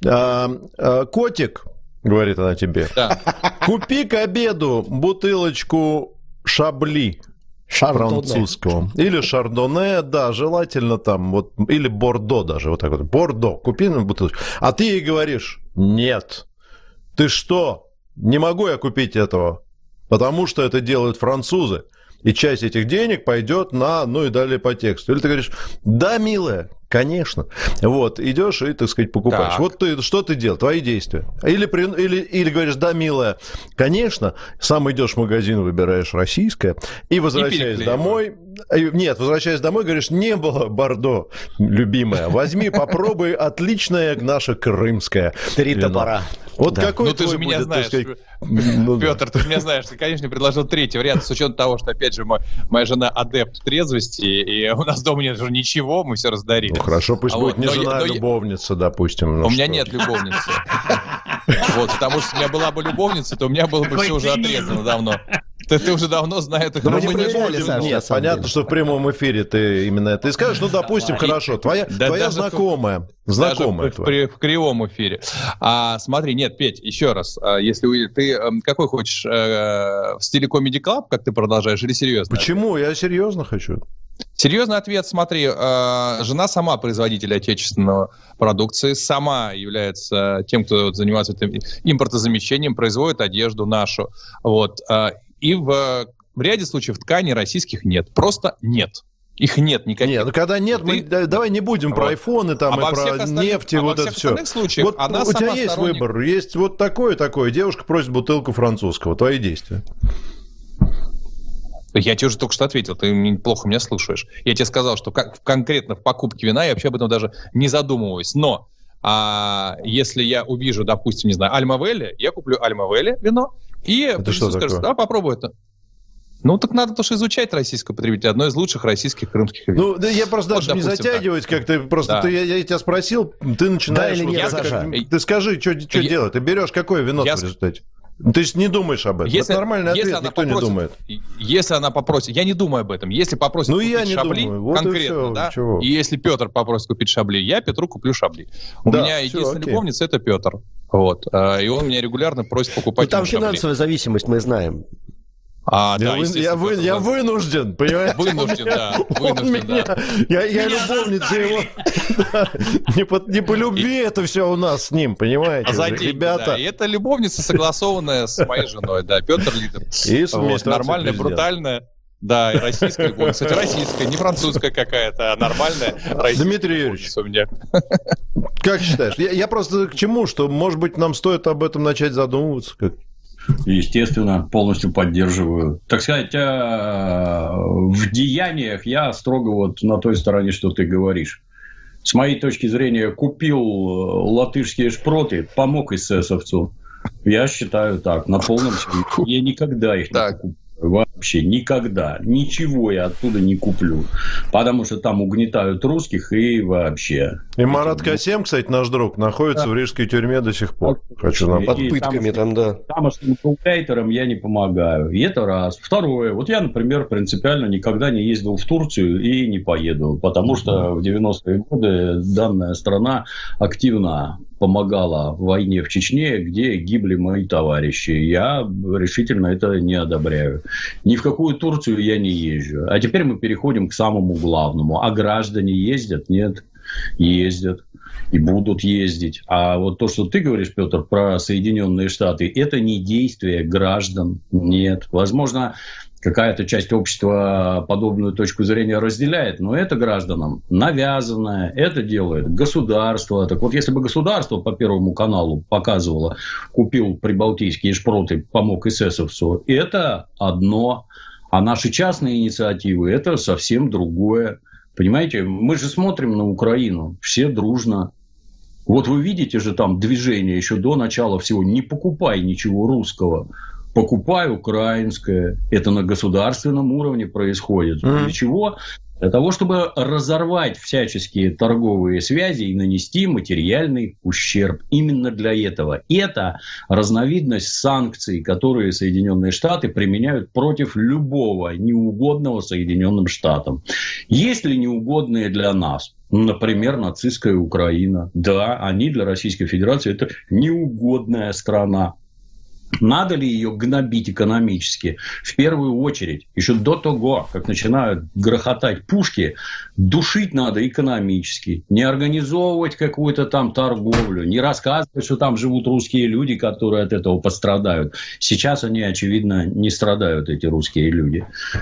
котик, говорит она тебе, купи к обеду бутылочку Шабли. Французского. Или шардоне, да, желательно там, вот, или бордо даже, вот так вот. Бордо, купи нам бутылочку. А ты ей говоришь, нет, ты что, не могу я купить этого, потому что это делают французы, и часть этих денег пойдет на, и далее по тексту. Или ты говоришь, да, милая, конечно. Вот, идешь и, так сказать, покупаешь. Так. Вот что ты делаешь, твои действия. Или говоришь, да, милая, конечно, сам идешь в магазин, выбираешь российское, и возвращаясь домой, говоришь, не было бордо, любимая, возьми, попробуй отличное наше крымское. 3 топора. Вот какой ты же меня знаешь, Петр, ты меня знаешь, ты, конечно, предложил третий вариант, с учетом того, что, опять же, моя жена адепт трезвости, и у нас дома нет уже ничего, мы все раздарили. Ну, хорошо, пусть будет не жена, а любовница, допустим. У меня нет любовницы. Вот, потому что у меня была бы любовница, то у меня было бы все уже отрезано давно. Ты уже давно знаешь. Мы не проверяли, Саша. Нет, понятно, что в прямом эфире ты именно это и скажешь. Допустим, хорошо, твоя знакомая. Знакомая твоя. В кривом эфире. Смотри, нет, Петь, еще раз. Если ты какой хочешь, в стиле Comedy Club, как ты продолжаешь, или серьезно? Почему? Я серьезно хочу. Серьезный ответ, смотри, жена сама производитель отечественной продукции, сама является тем, кто занимается этим импортозамещением, производит одежду нашу. Вот. И в ряде случаев тканей российских нет. Просто нет. Их нет никаких. Нет, когда нет, давай не будем про айфоны там и про нефть и вот это все. Вот у тебя есть выбор, есть вот такое. Девушка просит бутылку французского. Твои действия. Я тебе уже только что ответил, ты плохо меня слушаешь. Я тебе сказал, что конкретно в покупке вина я вообще об этом даже не задумываюсь. Но если я увижу, допустим, не знаю, Альмавелли, я куплю Альмавелли вино и скажу, попробуй это. Ну, так надо тоже изучать российское потребителя. Одно из лучших российских крымских вин. Ну, да я просто даже допустим, не затягивать, как ты просто... Да. Я тебя спросил, ты начинаешь... Да или нет, Саша? Ты скажи, что делать? Ты берешь какое вино в результате? Ты же не думаешь об этом. Это нормальный ответ, никто не думает. Если она попросит... Я не думаю об этом. Если попросит купить Шабли, вот конкретно, да? Чего? И если Петр попросит купить Шабли, я Петру куплю Шабли. У меня единственная любовница — это Петр. Вот. И он меня регулярно просит покупать Шабли. Там финансовая зависимость, мы знаем. Я вынужден, понимаете? Вынужден. Я любовница его. Не по любви это все у нас с ним, понимаете? Ребята. И это любовница, согласованная с моей женой, да, Петр Лидер. И нормальная, брутальная. Да, и российская икона. Кстати, российская, не французская какая-то, а нормальная российская. Дмитрий Юрьевич, как считаешь? Я просто к чему, что, может быть, нам стоит об этом начать задумываться? Естественно, полностью поддерживаю. Так сказать, в деяниях я строго вот на той стороне, что ты говоришь. С моей точки зрения, купил латышские шпроты, помог эсэсовцу. Я считаю так, на полном серьезе. Я никогда их не куплю. Вообще никогда. Ничего я оттуда не куплю. Потому что там угнетают русских и вообще. И Марат Касем, кстати, наш друг, находится в рижской тюрьме до сих пор. Хочу нам под пытками там, да. Тамошним гауляйтерам я не помогаю. И это раз. Второе. Вот я, например, принципиально никогда не ездил в Турцию и не поеду. Потому что в 90-е годы данная страна активно помогала в войне в Чечне, где гибли мои товарищи. Я решительно это не одобряю. Ни в какую Турцию я не езжу. А теперь мы переходим к самому главному. А граждане ездят? Нет. Ездят. И будут ездить. А вот то, что ты говоришь, Петр, про Соединенные Штаты, это не действие граждан. Нет. Возможно, какая-то часть общества подобную точку зрения разделяет, но это гражданам навязанное, это делает государство. Так вот, если бы государство по Первому каналу показывало, купил прибалтийские шпроты, помог эсэсовцу, это одно, а наши частные инициативы – это совсем другое. Понимаете, мы же смотрим на Украину, все дружно. Вот вы видите же там движение еще до начала всего, не покупай ничего русского, покупай украинское. Это на государственном уровне происходит. Для чего? Для того, чтобы разорвать всяческие торговые связи и нанести материальный ущерб. Именно для этого. Это разновидность санкций, которые Соединенные Штаты применяют против любого неугодного Соединенным Штатам. Есть ли неугодные для нас? Например, нацистская Украина. Да, они для Российской Федерации это неугодная страна. Надо ли ее гнобить экономически? В первую очередь, еще до того, как начинают грохотать пушки, душить надо экономически. Не организовывать какую-то там торговлю, не рассказывать, что там живут русские люди, которые от этого пострадают. Сейчас они, очевидно, не страдают, эти русские люди.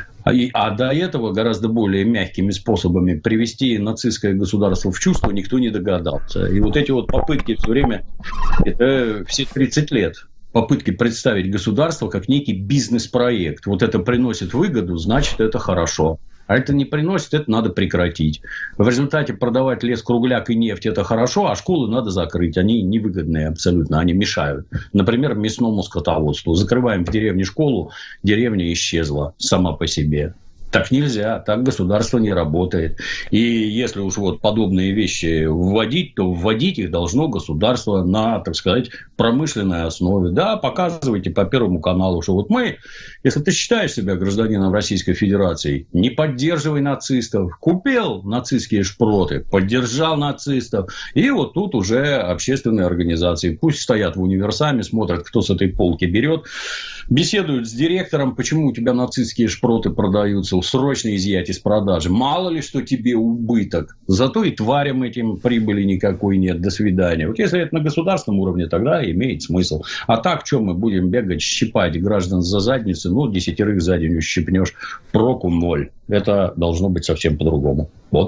А до этого гораздо более мягкими способами привести нацистское государство в чувство никто не догадался. И вот эти вот попытки все время, это все 30 лет. Попытки представить государство как некий бизнес-проект. Вот это приносит выгоду, значит, это хорошо. А это не приносит, это надо прекратить. В результате продавать лес, кругляк и нефть – это хорошо, а школы надо закрыть. Они невыгодные абсолютно, они мешают. Например, мясному скотоводству. Закрываем в деревне школу, деревня исчезла сама по себе. Так нельзя, так государство не работает. И если уж вот подобные вещи вводить, то вводить их должно государство на, так сказать, промышленной основе. Да, показывайте по Первому каналу, что вот мы, если ты считаешь себя гражданином Российской Федерации, не поддерживай нацистов. Купил нацистские шпроты, поддержал нацистов. И вот тут уже общественные организации. Пусть стоят в универсаме, смотрят, кто с этой полки берет. Беседуют с директором, почему у тебя нацистские шпроты продаются, срочно изъять из продажи. Мало ли, что тебе убыток. Зато и тварям этим прибыли никакой нет. До свидания. Вот если это на государственном уровне, тогда имеет смысл. А так, что мы будем бегать, щипать граждан за задницы? Ну, 10 за день ущипнешь. Проку 0. Это должно быть совсем по-другому. Вот.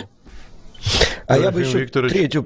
А я бы еще третью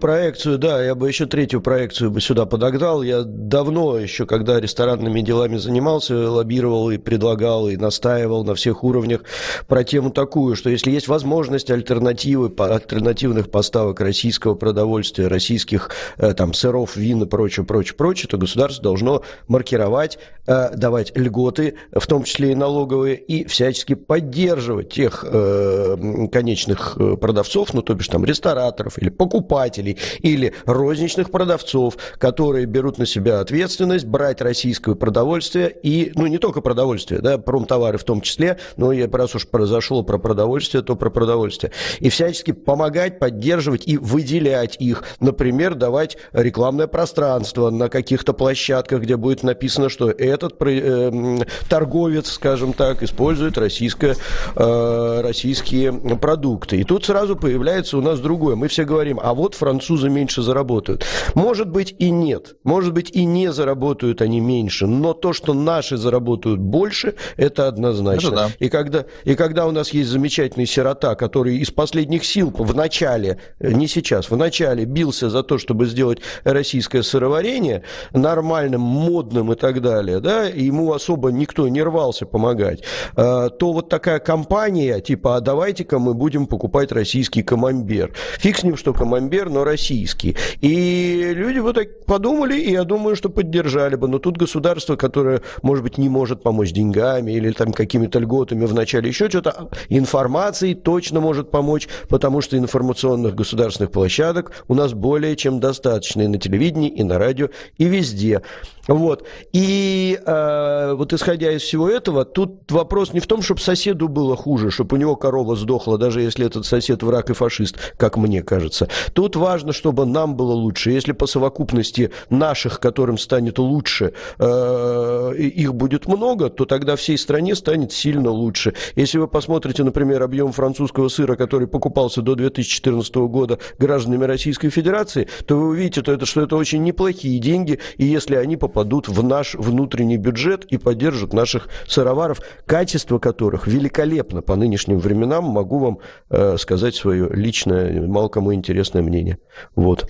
проекцию бы сюда подогнал. Я давно еще, когда ресторанными делами занимался, лоббировал и предлагал, и настаивал на всех уровнях про тему такую, что если есть возможность альтернативных поставок российского продовольствия, российских там сыров, вин и прочее, то государство должно маркировать, давать льготы, в том числе и налоговые, и всячески поддерживать тех конечных продавцов, ну, то бишь там рестораторов или покупателей, или розничных продавцов, которые берут на себя ответственность брать российское продовольствие и, ну, не только продовольствие, да, промтовары в том числе, но раз уж произошло про продовольствие, то про продовольствие. И всячески помогать, поддерживать и выделять их. Например, давать рекламное пространство на каких-то площадках, где будет написано, что этот торговец, скажем так, использует российские продукты. И тут сразу появляется у нас другой мы все говорим, а вот французы меньше заработают. Может быть и нет, может быть и не заработают они меньше, но то, что наши заработают больше, это однозначно. Это да. И когда у нас есть замечательный сирота, который из последних сил в начале, не сейчас, в начале бился за то, чтобы сделать российское сыроварение нормальным, модным и так далее, да, и ему особо никто не рвался помогать, то вот такая компания, типа, а давайте-ка мы будем покупать российский камамбер. Фиг с ним, что камамбер, но российский. И люди вот так подумали, и я думаю, что поддержали бы. Но тут государство, которое, может быть, не может помочь деньгами или там какими-то льготами в начале, еще что-то, информацией точно может помочь, потому что информационных государственных площадок у нас более чем достаточно и на телевидении, и на радио, и везде. Вот. И вот исходя из всего этого, тут вопрос не в том, чтобы соседу было хуже, чтобы у него корова сдохла, даже если этот сосед враг и фашист, как мне кажется. Тут важно, чтобы нам было лучше. Если по совокупности наших, которым станет лучше, их будет много, то тогда всей стране станет сильно лучше. Если вы посмотрите, например, объем французского сыра, который покупался до 2014 года гражданами Российской Федерации, то вы увидите, что это очень неплохие деньги, и если они попадут в наш внутренний бюджет и поддержат наших сыроваров, качество которых великолепно по нынешним временам, могу вам сказать свое личное, мало кому интересное мнение. Вот.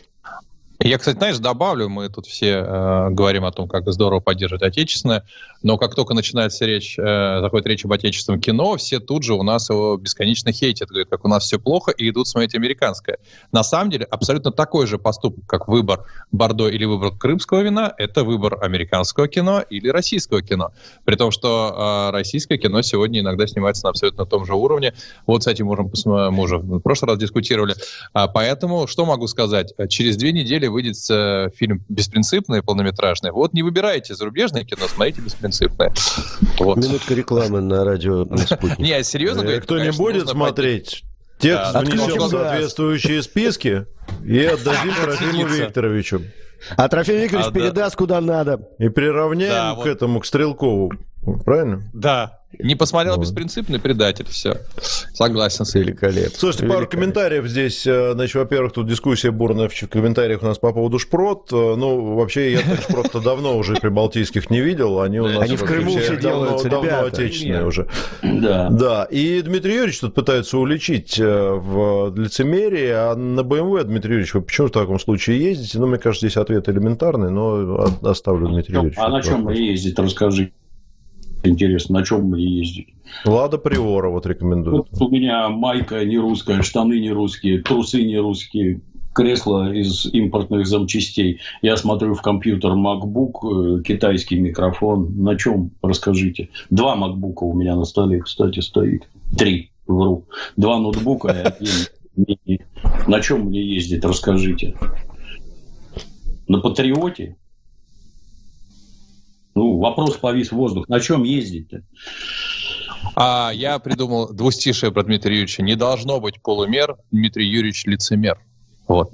Я, кстати, знаешь, добавлю, мы тут все говорим о том, как здорово поддерживать отечественное, но как только начинается заходит речь об отечественном кино, все тут же у нас его бесконечно хейтят, говорят, как у нас все плохо, и идут смотреть американское. На самом деле, абсолютно такой же поступок, как выбор бордо или выбор крымского вина, это выбор американского кино или российского кино. При том, что российское кино сегодня иногда снимается на абсолютно том же уровне. Вот с этим мы уже в прошлый раз дискутировали. Поэтому, что могу сказать? Через 2 недели выйдет фильм «Беспринципный», полнометражный. Вот не выбирайте зарубежное кино, смотрите «Беспринципное». Вот. Минутка рекламы на радио «Спутник». Не, серьезно говорю. Кто не будет смотреть, текст внесем в соответствующие списки и отдадим Трофиму Викторовичу. А Трофим Викторович передаст куда надо. И приравняем к этому, к Стрелкову. Правильно? Да. Не посмотрел «Беспринципный» предатель. Все. Согласен с великолепно. Слушайте, пару комментариев здесь. Значит, во-первых, тут дискуссия бурная в комментариях у нас по поводу шпрот. Ну, вообще, я шпрот-то давно уже прибалтийских не видел. Они у нас в Крыму все делаются, давно отечественные уже. Да. И Дмитрий Юрьевич тут пытается уличить в лицемерии. А на БМВ, Дмитрий Юрьевич, вы почему в таком случае ездите? Ну, мне кажется, здесь ответ элементарный, но оставлю Дмитрию Юрьевичу. А на чем вы ездите? Расскажи. Интересно, на чем мне ездить? Лада Приора вот рекомендуют. Вот у меня майка не русская, штаны не русские, трусы не русские, кресло из импортных запчастей. Я смотрю в компьютер MacBook, китайский микрофон. На чем? Расскажите. 2 MacBook у меня на столе, кстати, стоит. 3, вру. 2 ноутбука и 1 мини. На чем мне ездить? Расскажите. На Патриоте? Ну, вопрос повис в воздух. На чем ездить-то? Я придумал двустишие про Дмитрия Юрьевича. Не должно быть полумер, Дмитрий Юрьевич лицемер. Вот.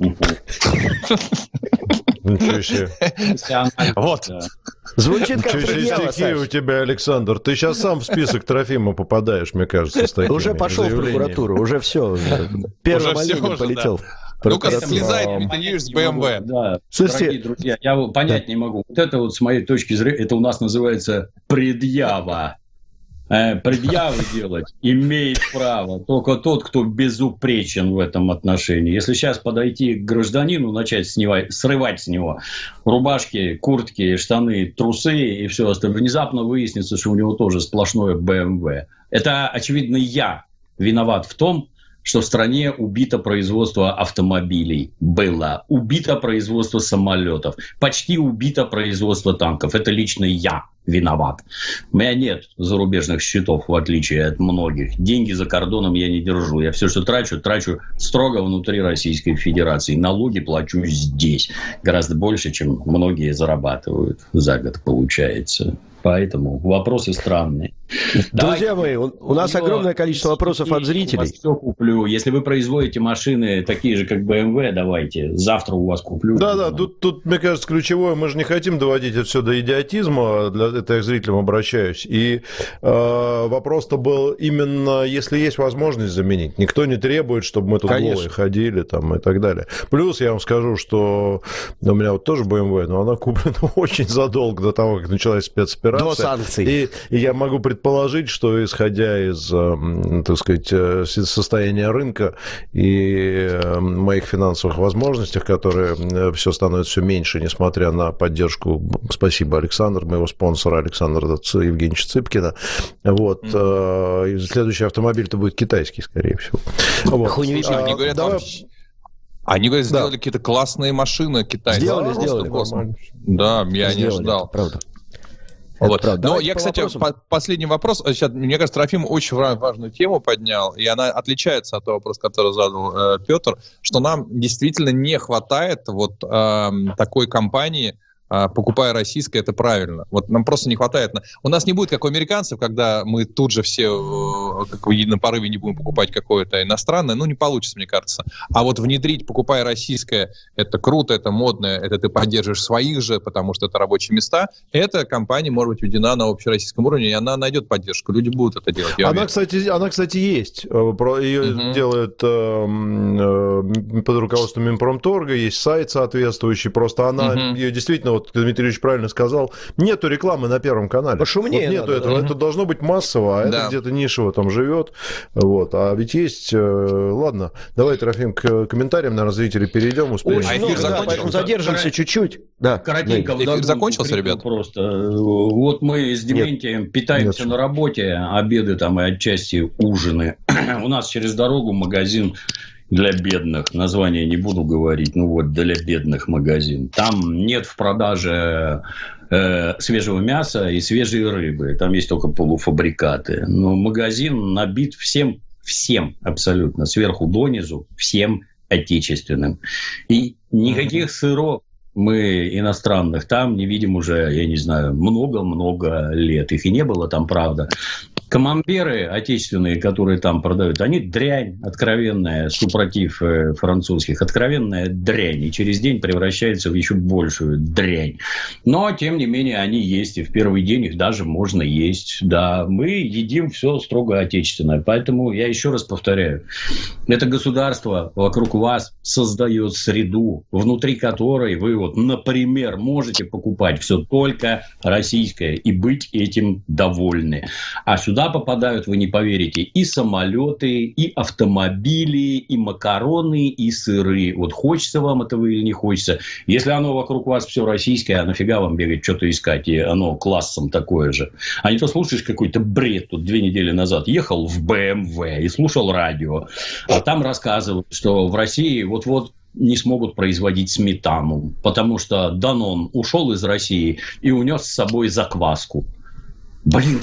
Ничего себе. Вот. Звучит как стихи у тебя, Александр. Ты сейчас сам в список Трофима попадаешь, мне кажется, с такими уже пошел в прокуратуру, уже все. Первым оленем полетел. Ну-ка, слезай, Дмитрий Юрьевич, с БМВ. Да, дорогие друзья, я понять не могу. Вот это вот, с моей точки зрения, это у нас называется предъява. Предъявы делать имеет право только тот, кто безупречен в этом отношении. Если сейчас подойти к гражданину, начать срывать с него рубашки, куртки, штаны, трусы и все остальное, внезапно выяснится, что у него тоже сплошное БМВ. Это, очевидно, я виноват в том, что в стране убито производство автомобилей. Было. Убито производство самолетов. Почти убито производство танков. Это лично я виноват. У меня нет зарубежных счетов, в отличие от многих. Деньги за кордоном я не держу. Я все, что трачу строго внутри Российской Федерации. Налоги плачу здесь. Гораздо больше, чем многие зарабатывают за год, получается. Поэтому вопросы странные. Друзья мои, у нас огромное количество вопросов от зрителей. Я все куплю. Если вы производите машины такие же, как BMW, давайте. Завтра у вас куплю. Да, тут, мне кажется, ключевое, мы же не хотим доводить это все до идиотизма, это я к зрителям обращаюсь. И вопрос-то был именно, если есть возможность заменить. Никто не требует, чтобы мы тут голые ходили там, и так далее. Плюс я вам скажу, что у меня вот тоже BMW, но она куплена очень задолго до того, как началась спецоперация. До санкций. И я могу предположить, что исходя из, так сказать, состояния рынка и моих финансовых возможностях, которые все становятся все меньше, несмотря на поддержку, спасибо, Александр, моего спонсора Александра Евгеньевича Цыпкина, вот, следующий автомобиль-то будет китайский, скорее всего. Вот. Они говорят, сделали какие-то классные машины китайские. Сделали. Да, я не ожидал. Это правда. Вот. Но я, кстати, последний вопрос. Сейчас, мне кажется, Трофим очень важную тему поднял, и она отличается от того вопроса, который задал Петр, что нам действительно не хватает вот такой компании, покупая российское, это правильно. Вот нам просто не хватает. У нас не будет, как у американцев, когда мы тут же все как в едином порыве не будем покупать какое-то иностранное. Ну, не получится, мне кажется. А вот внедрить, покупая российское, это круто, это модно, это ты поддерживаешь своих же, потому что это рабочие места. Эта компания может быть введена на общероссийском уровне, и она найдет поддержку. Люди будут это делать. Она, кстати, есть. Ее делают под руководством Минпромторга, есть сайт соответствующий. Просто она ее действительно, вот Дмитрий Ильич правильно сказал, нету рекламы на Первом канале. Пошумнее вот нету этого. Это должно быть массово, а это где-то нишево там живет. Вот. А ведь есть... Ладно, давай, Трофим, к комментариям, наверное, зрителей перейдем. Успеем. Очень много, поэтому задержимся чуть-чуть. Да. Коротенько. Эфир закончился, ребят? Просто. Вот мы с Дементием питаемся на работе, обеды там и отчасти ужины. У нас через дорогу магазин для бедных. Название не буду говорить, ну вот для бедных магазин. Там нет в продаже свежего мяса и свежей рыбы. Там есть только полуфабрикаты. Но магазин набит всем абсолютно, сверху донизу, всем отечественным. И никаких сыров мы иностранных там не видим уже, я не знаю, много-много лет. Их и не было там, правда. Камамберы отечественные, которые там продают, они дрянь откровенная, супротив французских, откровенная дрянь, и через день превращается в еще большую дрянь. Но, тем не менее, они есть, и в первый день их даже можно есть. Да, мы едим все строго отечественное, поэтому я еще раз повторяю, это государство вокруг вас создает среду, внутри которой вы, вот, например, можете покупать все только российское и быть этим довольны. А сюда попадают, вы не поверите, и самолеты, и автомобили, и макароны, и сыры. Вот хочется вам этого или не хочется. Если оно вокруг вас все российское, а нафига вам бегать, что-то искать, и оно классом такое же. А не то слушаешь какой-то бред. Тут 2 недели назад ехал в BMW и слушал радио. А там рассказывают, что в России вот-вот не смогут производить сметану, потому что Данон ушел из России и унес с собой закваску. Блин,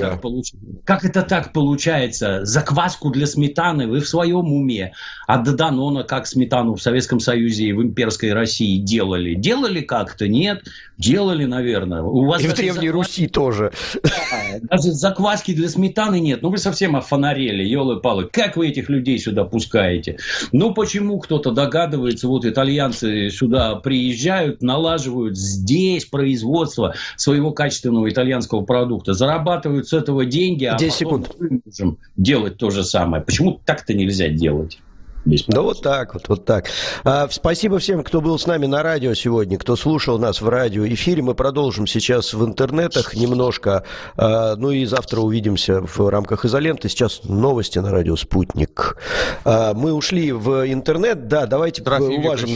как это так получается? Закваску для сметаны вы в своем уме. А до Данона как сметану в Советском Союзе и в имперской России делали? Делали как-то? Нет? Делали, наверное. У вас и в Древней Руси тоже. Даже закваски для сметаны нет. Ну вы совсем офонарели, елы-палы. Как вы этих людей сюда пускаете? Ну почему кто-то догадывается, вот итальянцы сюда приезжают, налаживают здесь производство своего качественного итальянского продукта, зарабатывают с этого деньги, а потом мы можем делать то же самое. Почему так-то нельзя делать? Да вот так вот, вот так. Спасибо всем, кто был с нами на радио сегодня, кто слушал нас в радиоэфире. Мы продолжим сейчас в интернетах немножко. Ну и завтра увидимся в рамках изоленты. Сейчас новости на радио «Спутник». Мы ушли в интернет. Да, давайте уважим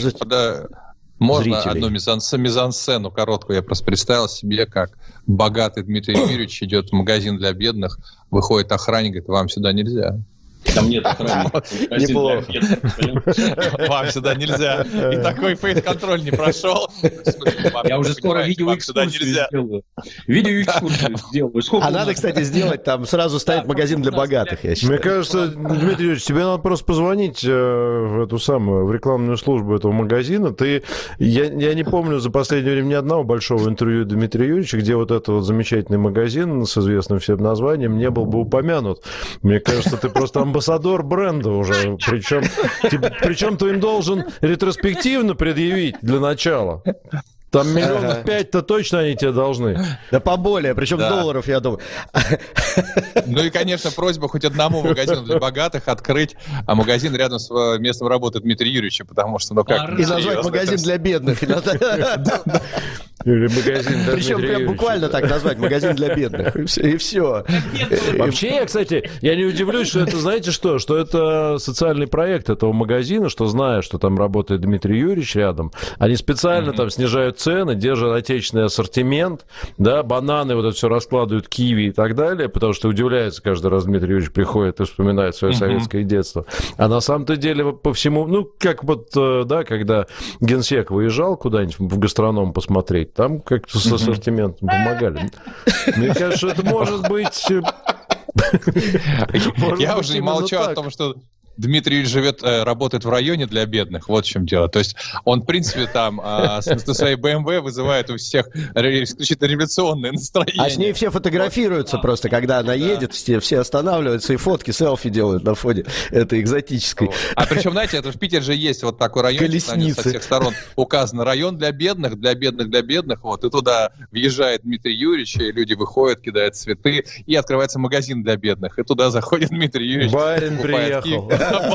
можно зрителей. Одну мизансцену короткую? Я просто представил себе, как богатый Дмитрий Юрьевич идет в магазин для бедных, выходит охранник, говорит, вам сюда нельзя. Там нет охраны. Неплохо. Вам сюда нельзя. И такой фейс-контроль не прошел. Я уже скоро видеоэкскурсию сделаю. Видеоэкскурсию сделаю. А надо, кстати, сделать, там сразу ставить магазин для богатых, я считаю. Мне кажется, Дмитрий Юрьевич, тебе надо просто позвонить в эту самую, в рекламную службу этого магазина. Я не помню за последнее время ни одного большого интервью Дмитрия Юрьевича, где вот этот вот замечательный магазин с известным всем названием не был бы упомянут. Мне кажется, ты просто амбассадор бренда уже. Причем ты им должен ретроспективно предъявить для начала. Там 5 миллионов-то точно они тебе должны. Да поболее, причем долларов, я думаю. Ну и, конечно, просьба хоть одному магазину для богатых открыть магазин рядом с местом работы Дмитрия Юрьевича, потому что, ну как... И назвать магазин для бедных. Или магазин для Причем прям буквально так назвать, магазин для бедных. И все. Вообще, кстати, я не удивлюсь, что это, знаете что это социальный проект этого магазина, что зная, что там работает Дмитрий Юрьевич рядом, они специально там снижают цены, держат отечественный ассортимент, да, бананы вот это все раскладывают, киви и так далее, потому что удивляется каждый раз Дмитрий Юрьевич приходит и вспоминает свое советское детство. А на самом-то деле по всему, ну, как вот, да, когда генсек выезжал куда-нибудь в гастроном посмотреть, там как-то с ассортиментом помогали. Мне кажется, это может быть... Я уже не молчу о том, что Дмитрий Юрьевич работает в районе для бедных, вот в чем дело. То есть он, в принципе, там со своей BMW вызывает у всех исключительно революционное настроение. А с ней все фотографируются просто, когда она едет, все останавливаются и фотки, селфи делают на фоне этой экзотической. А причем, знаете, это в Питере же есть вот такой район, со всех сторон указано район для бедных, вот, и туда въезжает Дмитрий Юрьевич, и люди выходят, кидают цветы, и открывается магазин для бедных, и туда заходит Дмитрий Юрьевич. Барин приехал.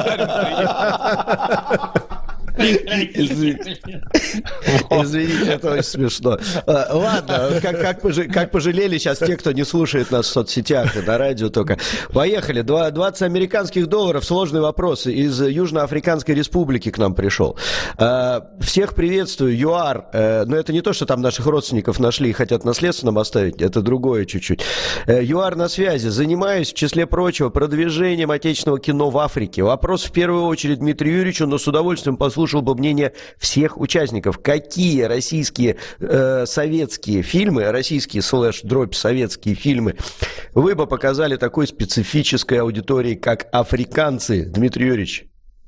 Извините, это очень смешно. Ладно, как пожалели сейчас те, кто не слушает нас в соцсетях и на радио только. Поехали. 20 американских долларов. Сложный вопрос. Из Южноафриканской республики к нам пришел. Всех приветствую. ЮАР. Но это не то, что там наших родственников нашли и хотят наследство нам оставить. Это другое чуть-чуть. ЮАР на связи. Занимаюсь, в числе прочего, продвижением отечественного кино в Африке. Вопрос в первую очередь Дмитрию Юрьевичу, но с удовольствием послушал бы мнение всех участников. Какие российские советские фильмы, российские /советские фильмы вы бы показали такой специфической аудитории, как африканцы, Дмитрий Юрьевич?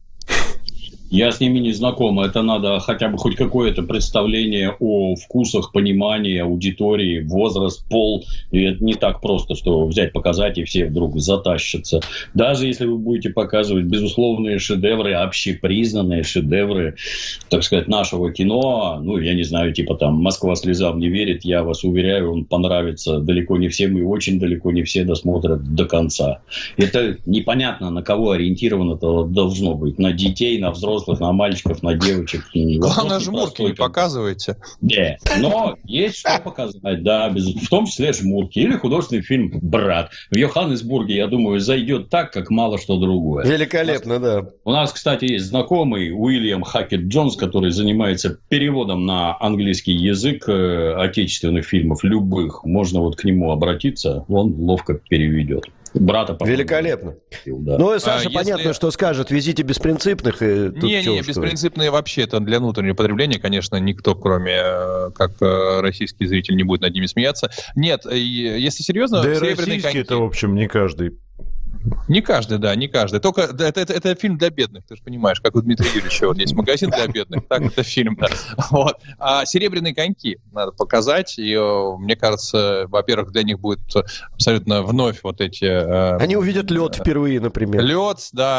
Я с ними не знаком. Это надо хотя бы хоть какое-то представление о вкусах, понимании аудитории, возраст, пол. И это не так просто, что взять, показать, и все вдруг затащатся. Даже если вы будете показывать безусловные шедевры, общепризнанные шедевры, так сказать, нашего кино, ну, я не знаю, типа там «Москва слезам не верит», я вас уверяю, он понравится далеко не всем, и очень далеко не все досмотрят до конца. Это непонятно, на кого ориентировано это должно быть. На детей, на взрослых, на мальчиков, на девочек. Главное, жмурки не показывайте. Да, но есть что показать, да, в том числе жмурки. Или художественный фильм «Брат». В Йоханнесбурге, я думаю, зайдет так, как мало что другое. Великолепно, да. У нас, кстати, есть знакомый Уильям Хакет Джонс, который занимается переводом на английский язык отечественных фильмов, любых. Можно вот к нему обратиться, он ловко переведет. Брата, великолепно. Да. Ну, и Саша, понятно, что скажет, везите беспринципных. Не, беспринципные вообще, это для внутреннего потребления, конечно, никто, кроме как российский зритель, не будет над ними смеяться. Нет, если серьезно... Да и российские-то, в общем, не каждый. Не каждый, да, не каждый. Только это фильм для бедных, ты же понимаешь, как у Дмитрия Юрьевича вот есть магазин для бедных, так это фильм, да. Вот. А «Серебряные коньки» надо показать, и мне кажется, во-первых, для них будет абсолютно вновь вот эти... Они увидят лед впервые, например. Лед,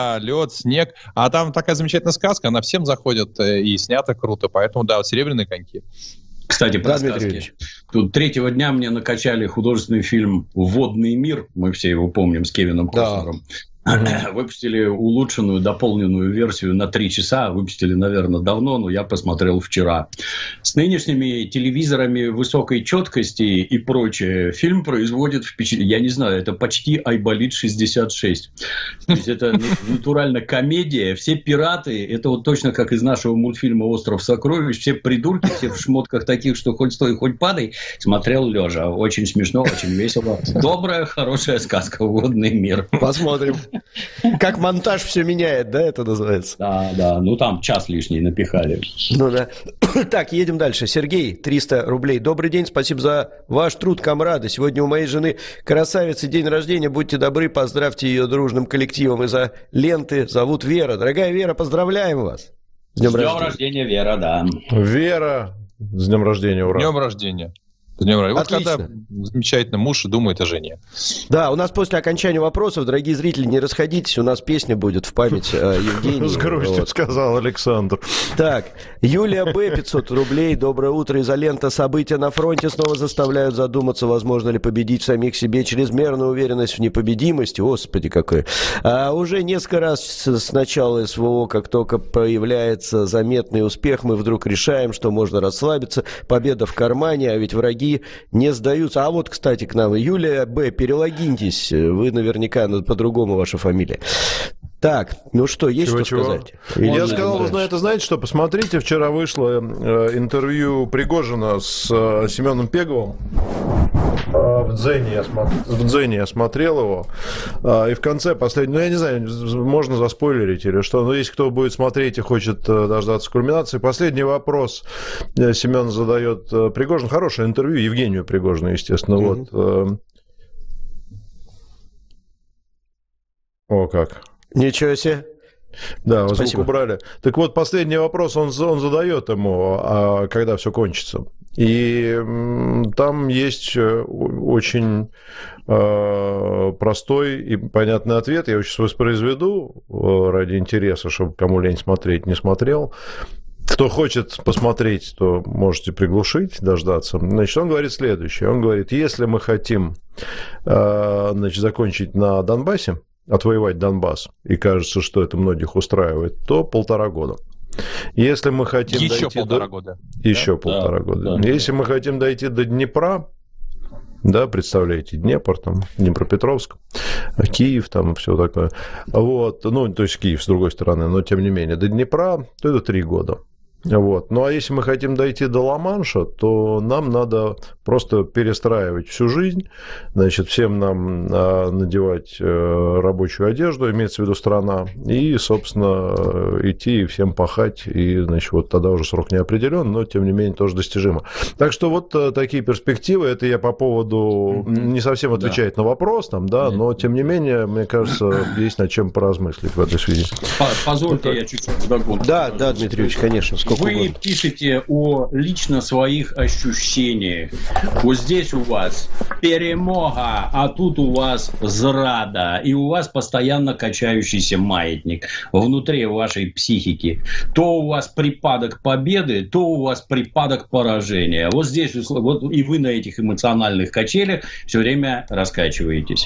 снег, а там такая замечательная сказка, она всем заходит и снята круто, поэтому, да, вот «Серебряные коньки». Кстати, про сказки. Тут третьего дня мне накачали художественный фильм «Водный мир». Мы все его помним с Кевином Костнером. Выпустили улучшенную, дополненную версию на 3 часа. Выпустили, наверное, давно, но я посмотрел вчера. С нынешними телевизорами высокой четкости и прочее фильм производит впечатление. Я не знаю, это почти Айболит 66. То есть это натурально комедия. Все пираты, это вот точно как из нашего мультфильма «Остров сокровищ». Все придурки, все в шмотках таких, что хоть стой, хоть падай. Смотрел лежа. Очень смешно, очень весело. Добрая, хорошая сказка «Водный мир». Посмотрим. Как монтаж все меняет, да, это называется? Да, ну там час лишний напихали. Ну да. Так, едем дальше. Сергей, 300 рублей. Добрый день, спасибо за ваш труд, комрады. Сегодня у моей жены красавицы день рождения. Будьте добры, поздравьте ее дружным коллективом. Из-за ленты зовут Вера. Дорогая Вера, поздравляем вас. С днем рождения, Вера, да. Вера, с днем рождения, ура. С днем рождения. Вот когда замечательно муж думает о жене. Да, у нас после окончания вопросов, дорогие зрители, не расходитесь, у нас песня будет в память Евгении. С грустью сказал Александр. Так, Юлия Б. 500 рублей. Доброе утро. Изолента. События на фронте снова заставляют задуматься, возможно ли победить в самих себе. Чрезмерная уверенность в непобедимости. Господи, какой. Уже несколько раз с начала СВО, как только появляется заметный успех, мы вдруг решаем, что можно расслабиться. Победа в кармане, а ведь враги не сдаются. А вот, кстати, к нам Юлия Б. Перелогиньтесь. Вы наверняка по-другому ваша фамилия. Так, ну что, есть что сказать? Я сказал, вы знаете что, посмотрите, вчера вышло интервью Пригожина с Семеном Пеговым. В Дзене я смотрел его. И в конце последний, я не знаю, можно заспойлерить или что, но если кто будет смотреть и хочет дождаться кульминации, последний вопрос Семен задает Пригожин. Хорошее интервью, Евгению Пригожину, естественно. Вот. О, как. Ничего себе. Да, звук убрали. Так вот, последний вопрос он задает ему, когда все кончится. И там есть очень простой и понятный ответ. Я его сейчас воспроизведу ради интереса, чтобы кому лень смотреть, не смотрел. Кто хочет посмотреть, то можете приглушить, дождаться. Значит, он говорит следующее. Он говорит, если мы хотим закончить на Донбассе, отвоевать Донбасс, и кажется, что это многих устраивает, то 1,5 года. Если мы хотим еще дойти 1,5 года. Еще 1,5 года. Если мы хотим дойти до Днепра, да, представляете, Днепр, там, Днепропетровск, Киев, там, все такое. Вот, ну, то есть Киев с другой стороны, но тем не менее, до Днепра, то это 3 года. Вот. Ну, а если мы хотим дойти до Ла-Манша, то нам надо просто перестраивать всю жизнь, значит, всем нам надевать рабочую одежду, имеется в виду страна, и, собственно, идти и всем пахать, и, значит, вот тогда уже срок не определен, но, тем не менее, тоже достижимо. Так что вот такие перспективы, это я по поводу, не совсем отвечает на вопрос, там, да, но, тем не менее, мне кажется, есть над чем поразмыслить в этой связи. Позвольте, я чуть-чуть вдогонку. Да, Дмитрий Ильич, конечно. Вы пишете о лично своих ощущениях. Вот здесь у вас перемога, а тут у вас зрада. И у вас постоянно качающийся маятник внутри вашей психики. То у вас припадок победы, то у вас припадок поражения. Вот здесь вот, и вы на этих эмоциональных качелях все время раскачиваетесь.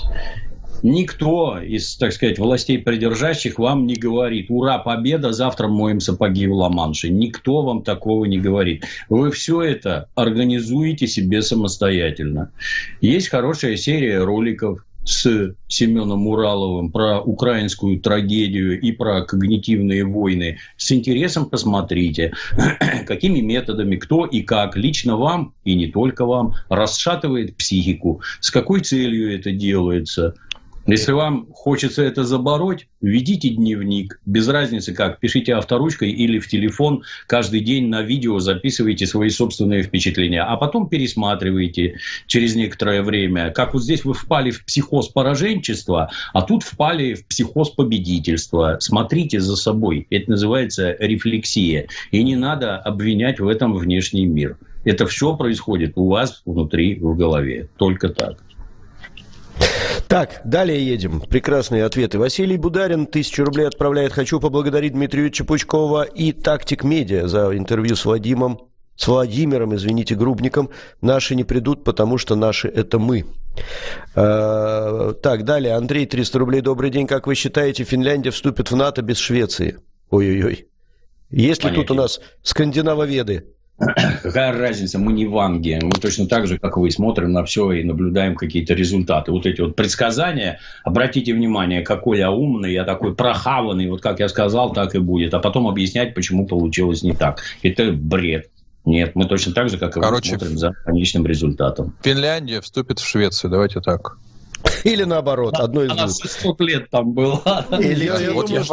Никто из, так сказать, властей придержащих вам не говорит: ура, победа, завтра моем сапоги в Ла-Манше. Никто вам такого не говорит. Вы все это организуете себе самостоятельно. Есть хорошая серия роликов с Семеном Ураловым про украинскую трагедию и про когнитивные войны. С интересом посмотрите, какими методами, кто и как лично вам, и не только вам, расшатывает психику, с какой целью это делается. Если вам хочется это забороть, ведите дневник. Без разницы как. Пишите авторучкой или в телефон. Каждый день на видео записывайте свои собственные впечатления. А потом пересматривайте через некоторое время. Как вот здесь вы впали в психоз пораженчества, а тут впали в психоз победительства. Смотрите за собой. Это называется рефлексия. И не надо обвинять в этом внешний мир. Это все происходит у вас внутри, в голове. Только так. Так, далее едем. Прекрасные ответы. Василий Бударин 1000 рублей отправляет. Хочу поблагодарить Дмитрия Юрьевича Пучкова и Тактик Медиа за интервью с Владимиром, Грубником. Наши не придут, потому что наши – это мы. Так, далее. Андрей, 300 рублей. Добрый день. Как вы считаете, Финляндия вступит в НАТО без Швеции? Ой-ой-ой. Есть ли тут у нас скандинавоведы? Какая разница, мы не в Англии. Мы точно так же, как вы, смотрим на все и наблюдаем какие-то результаты. Вот эти вот предсказания, обратите внимание, какой я умный, я такой прохаванный, вот как я сказал, так и будет. А потом объяснять, почему получилось не так. Это бред. Нет, мы точно так же, как и вы, смотрим за конечным результатом. Финляндия вступит в Швецию, давайте так. Или наоборот, одно из двух. Она 600 лет там была. Я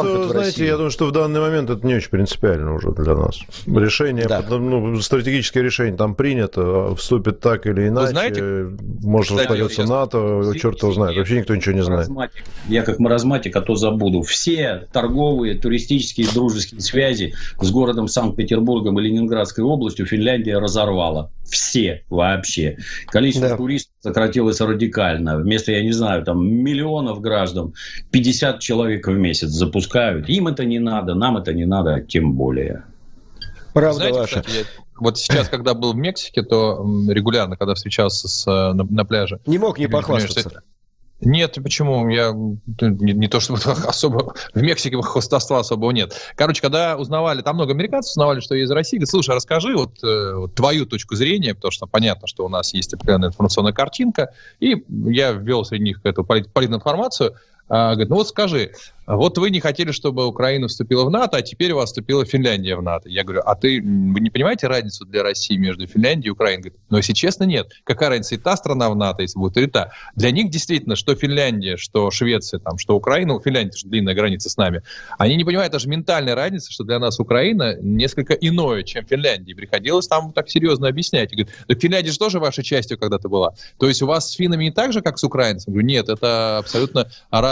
думаю, что в данный момент это не очень принципиально уже для нас. Решение, стратегическое решение там принято, вступит так или иначе. Знаете, может распадется НАТО, черт его знает. Вообще никто ничего не знает. Я как маразматик, а то забуду. Все торговые, туристические, дружеские связи с городом Санкт-Петербургом и Ленинградской областью Финляндия разорвала. Все вообще. Количество туристов сократилось радикально. Вместо, я не знаю, там миллионов граждан 50 человек в месяц запускают. Им это не надо, нам это не надо, тем более. Правда. Знаете, ваша. Кстати, вот сейчас, когда был в Мексике, то регулярно, когда встречался на пляже... Не мог не похвастаться. Нет, почему? Я не то, чтобы особо... В Мексике хвастовства особого нет. Короче, когда узнавали, там много американцев узнавали, что я из России, говорят, слушай, расскажи вот твою точку зрения, потому что понятно, что у нас есть определенная информационная картинка, и я ввел среди них эту политинформацию. Говорит, ну вот скажи, вот вы не хотели, чтобы Украина вступила в НАТО, а теперь у вас вступила Финляндия в НАТО. Я говорю, а вы не понимаете разницу для России между Финляндией и Украиной? Говорит, ну, если честно, нет. Какая разница, и та страна в НАТО, если будет, и та. Для них действительно, что Финляндия, что Швеция, там, что Украина, у Финляндии же длинная граница с нами, они не понимают даже ментальной разницы, что для нас Украина несколько иное, чем Финляндия. Приходилось там так серьезно объяснять. И говорит, так Финляндия же тоже вашей частью когда-то была. То есть у вас с финнами не так же, как с украинцами? Я говорю, нет, это абсолютно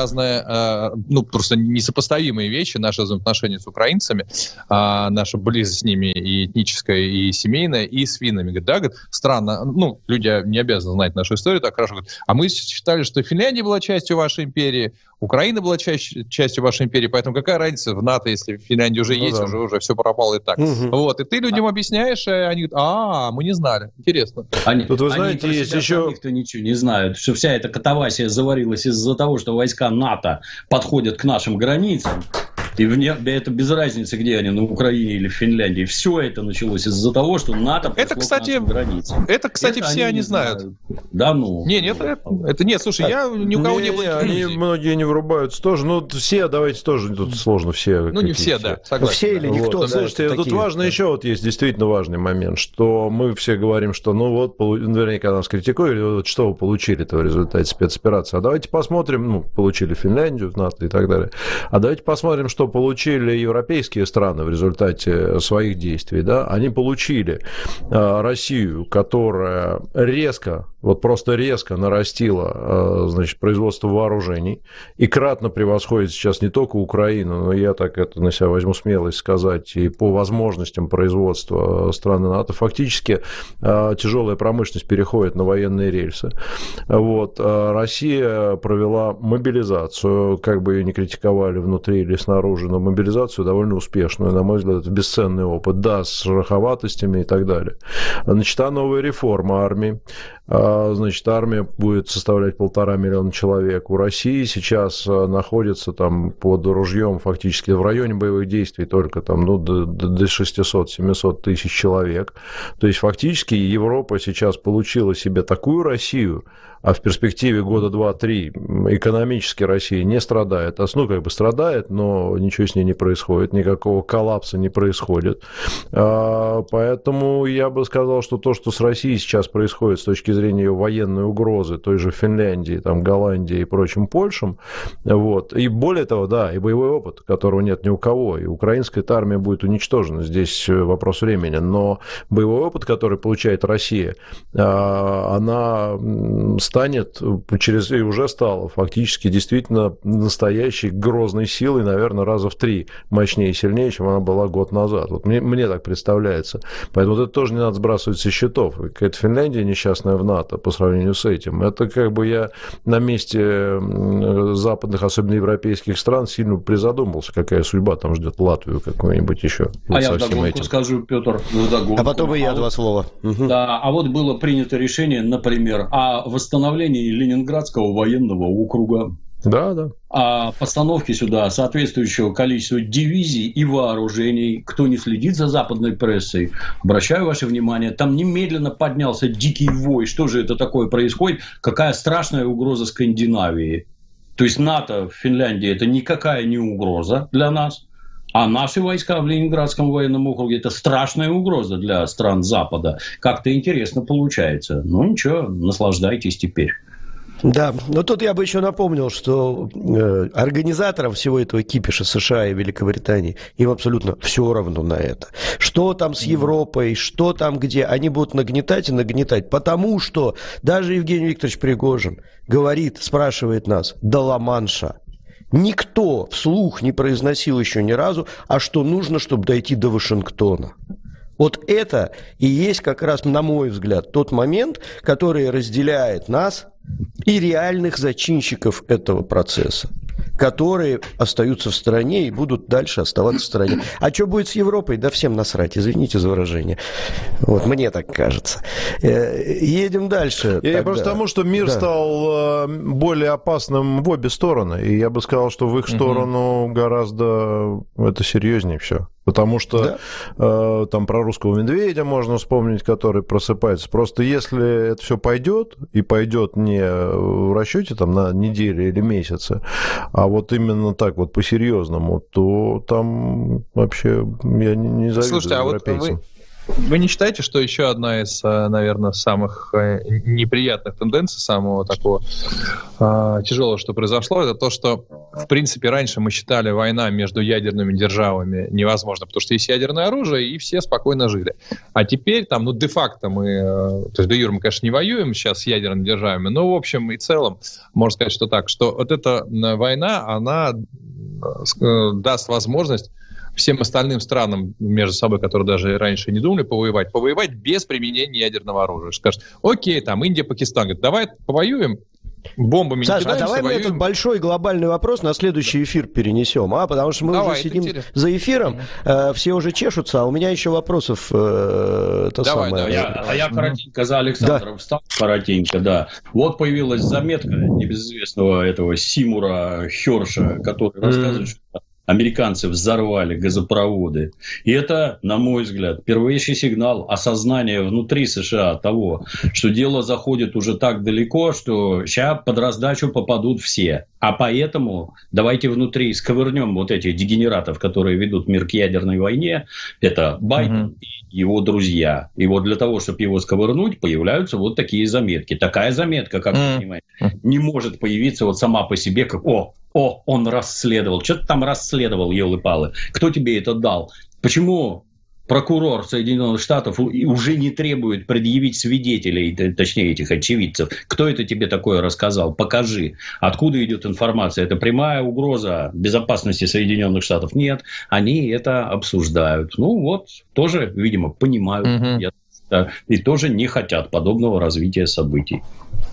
разные, просто несопоставимые вещи, наши взаимоотношения с украинцами, наша близость с ними и этническая, и семейная, и с финнами. Говорит, да, говорит, странно, люди не обязаны знать нашу историю так хорошо. Говорит, а мы считали, что Финляндия была частью вашей империи, Украина была частью вашей империи, поэтому какая разница в НАТО, если Финляндия уже есть, уже все пропало и так. Вот, и ты людям объясняешь, и они говорят, мы не знали. Интересно. Тут, вы знаете, есть еще... Никто ничего не знает, что вся эта катавасия заварилась из-за того, что войска НАТО подходят к нашим границам, и это без разницы, где они, на Украине или в Финляндии. Все это началось из-за того, что НАТО подошло к нашим границам. Это, кстати, все они знают. Да, ну. Нет, слушай, я ни у кого не был. Они многие не врубаются тоже. Все, давайте тоже, тут сложно все. Не все, да, согласен. Все или никто. Слушайте, тут важно еще, вот есть действительно важный момент, что мы все говорим, что наверняка нас критикуют, что вы получили-то в результате спецоперации. А давайте посмотрим, получили Финляндию в НАТО и так далее. А давайте посмотрим, что получили европейские страны в результате своих действий. Да? Они получили Россию, которая просто резко нарастила, производство вооружений и кратно превосходит сейчас не только Украину, но я так это на себя возьму смелость сказать, и по возможностям производства страны НАТО. Фактически тяжелая промышленность переходит на военные рельсы. Россия провела мобилизацию, как бы ее ни критиковали внутри или снаружи, но мобилизацию довольно успешную, на мой взгляд, это бесценный опыт, да, с шероховатостями и так далее. Начата новая реформа армии, армия будет составлять 1,5 миллиона человек. У России сейчас находится там под ружьем фактически в районе боевых действий только там, до 600-700 тысяч человек. То есть фактически Европа сейчас получила себе такую Россию, а в перспективе года 2-3 экономически Россия не страдает. Страдает, но ничего с ней не происходит, никакого коллапса не происходит. Поэтому я бы сказал, что то, что с Россией сейчас происходит с точки зрения ее военной угрозы, той же Финляндии, там, Голландии и прочим Польшам, и более того, да, и боевой опыт, которого нет ни у кого, и украинская армия будет уничтожена, здесь вопрос времени, но боевой опыт, который получает Россия, она станет и уже стала фактически действительно настоящей грозной силой, наверное, раза в 3 мощнее и сильнее, чем она была год назад. Мне так представляется. Поэтому это тоже не надо сбрасывать со счетов. Какая-то Финляндия несчастная в НАТО по сравнению с этим. Это я на месте западных, особенно европейских стран, сильно призадумался, какая судьба там ждет Латвию какую-нибудь еще. Я вдогонку скажу, Петр, А потом и я 2 слова. Да, было принято решение, например, о восстановлении Ленинградского военного округа. Да. О постановке сюда соответствующего количества дивизий и вооружений. Кто не следит за западной прессой, обращаю ваше внимание, там немедленно поднялся дикий вой. Что же это такое происходит? Какая страшная угроза Скандинавии. То есть НАТО в Финляндии – это никакая не угроза для нас. А наши войска в Ленинградском военном округе – это страшная угроза для стран Запада. Как-то интересно получается. Ничего, наслаждайтесь теперь. Да, но тут я бы еще напомнил, что организаторам всего этого кипиша США и Великобритании, им абсолютно все равно на это. Что там с Европой, что там где, они будут нагнетать и нагнетать, потому что даже Евгений Викторович Пригожин говорит, спрашивает нас, до Ла-Манша. Никто вслух не произносил еще ни разу, а что нужно, чтобы дойти до Вашингтона. Вот это и есть как раз, на мой взгляд, тот момент, который разделяет нас и реальных зачинщиков этого процесса, которые остаются в стороне и будут дальше оставаться в стороне. А что будет с Европой? Да всем насрать, извините за выражение. Вот мне так кажется. Едем дальше. Я просто тому, что мир стал более опасным в обе стороны. И я бы сказал, что в их сторону гораздо это серьезнее все. Потому что там про русского медведя можно вспомнить, который просыпается. Просто если это все пойдет, и пойдет не в расчете там, на недели или месяцы, а вот именно так вот по-серьезному, то там вообще я не завидую европейцам. Вы не считаете, что еще одна из, наверное, самых неприятных тенденций, самого такого тяжелого, что произошло, это то, что, в принципе, раньше мы считали война между ядерными державами невозможно, потому что есть ядерное оружие, и все спокойно жили. А теперь там, ну, де-факто мы, то есть де-юре мы, конечно, не воюем сейчас с ядерными державами, но в общем и целом можно сказать, что так, что вот эта война, она даст возможность всем остальным странам между собой, которые даже раньше не думали повоевать без применения ядерного оружия. Скажут, окей, там Индия, Пакистан, говорит, давай повоюем, бомбами Саша, не кидаемся, давай мы этот большой глобальный вопрос на следующий эфир перенесем, потому что мы уже сидим за эфиром, все уже чешутся, а у меня еще вопросов Я коротенько за Александром встал, коротенько, да. Вот появилась заметка небезызвестного этого Симура Херша, который рассказывает, что американцы взорвали газопроводы. И это, на мой взгляд, первейший сигнал осознания внутри США того, что дело заходит уже так далеко, что сейчас под раздачу попадут все. А поэтому давайте внутри сковырнем вот этих дегенератов, которые ведут мир к ядерной войне. Это Байден и его друзья. И вот для того, чтобы его сковырнуть, появляются вот такие заметки. Такая заметка, как вы понимаете, не может появиться вот сама по себе, как он расследовал. Что ты там расследовал, елы-палы? Кто тебе это дал? Почему прокурор Соединенных Штатов уже не требует предъявить свидетелей, точнее этих очевидцев? Кто это тебе такое рассказал? Покажи. Откуда идет информация? Это прямая угроза безопасности Соединенных Штатов? Нет, они это обсуждают. Ну вот, тоже, видимо, понимают и тоже не хотят подобного развития событий.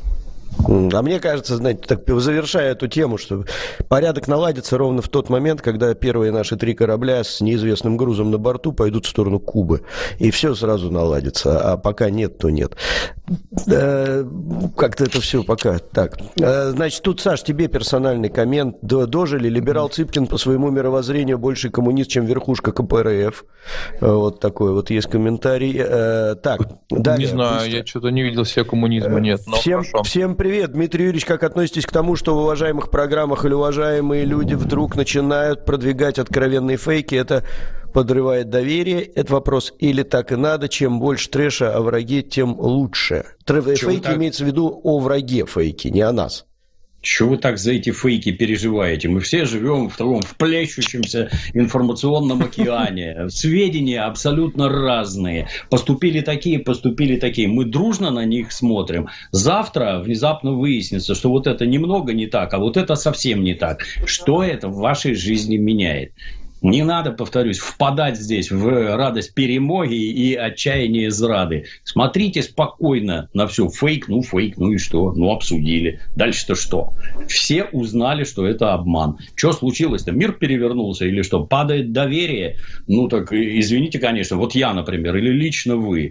А мне кажется, знаете, так завершая эту тему, что порядок наладится ровно в тот момент, когда первые наши 3 корабля с неизвестным грузом на борту пойдут в сторону Кубы. И все сразу наладится. А пока нет, то нет. Как-то это все пока так. Значит, тут, Саш, тебе персональный коммент. Дожили либерал Цыпкин по своему мировоззрению больше коммунист, чем верхушка КПРФ. Вот такой вот есть комментарий. Так, далее. Не знаю, быстро. Я что-то не видел себе коммунизма, нет. Но всем привет, Дмитрий Юрьевич, как относитесь к тому, что в уважаемых программах или уважаемые люди вдруг начинают продвигать откровенные фейки? Это подрывает доверие? Это вопрос или так и надо? Чем больше трэша о враге, тем лучше. Фейки имеется в виду о враге фейки, не о нас. Чего вы так за эти фейки переживаете? Мы все живем в таком плещущемся информационном океане. Сведения абсолютно разные. Поступили такие. Мы дружно на них смотрим. Завтра внезапно выяснится, что вот это немного не так, а вот это совсем не так. Что это в вашей жизни меняет? Не надо, повторюсь, впадать здесь в радость перемоги и отчаяние зрады. Смотрите спокойно на все. Фейк, ну и что? Ну, обсудили. Дальше-то что? Все узнали, что это обман. Что случилось-то? Мир перевернулся или что? Падает доверие? Ну, так, извините, конечно. Вот я, например, или лично вы.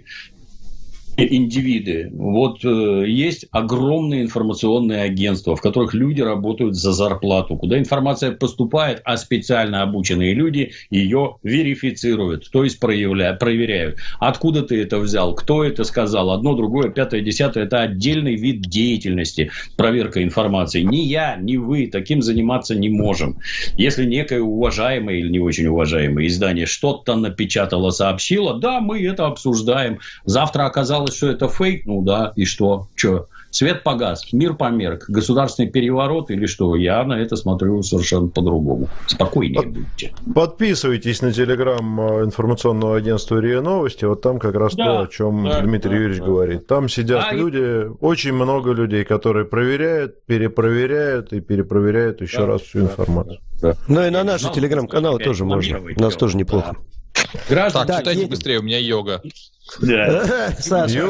Индивиды. Вот есть огромные информационные агентства, в которых люди работают за зарплату, куда информация поступает, а специально обученные люди ее верифицируют, то есть проверяют. Откуда ты это взял, кто это сказал, одно, другое, пятое, десятое. Это отдельный вид деятельности, проверка информации. Ни я, ни вы таким заниматься не можем. Если некое уважаемое или не очень уважаемое издание что-то напечатало, сообщило, да, мы это обсуждаем. Завтра оказалось, что это фейк, ну да, и что? Свет погас, мир померк, государственный переворот или что? Я на это смотрю совершенно по-другому. Спокойнее будьте. Подписывайтесь на телеграм информационного агентства РИА Новости. Вот там как раз то, о чем Дмитрий Юрьевич говорит. Там сидят люди, очень много людей, которые проверяют, перепроверяют и перепроверяют еще раз всю информацию. Ну и на наши телеграм-каналы тоже можно. У нас тоже неплохо. Граждане, читайте быстрее, у меня йога. Да. Саша,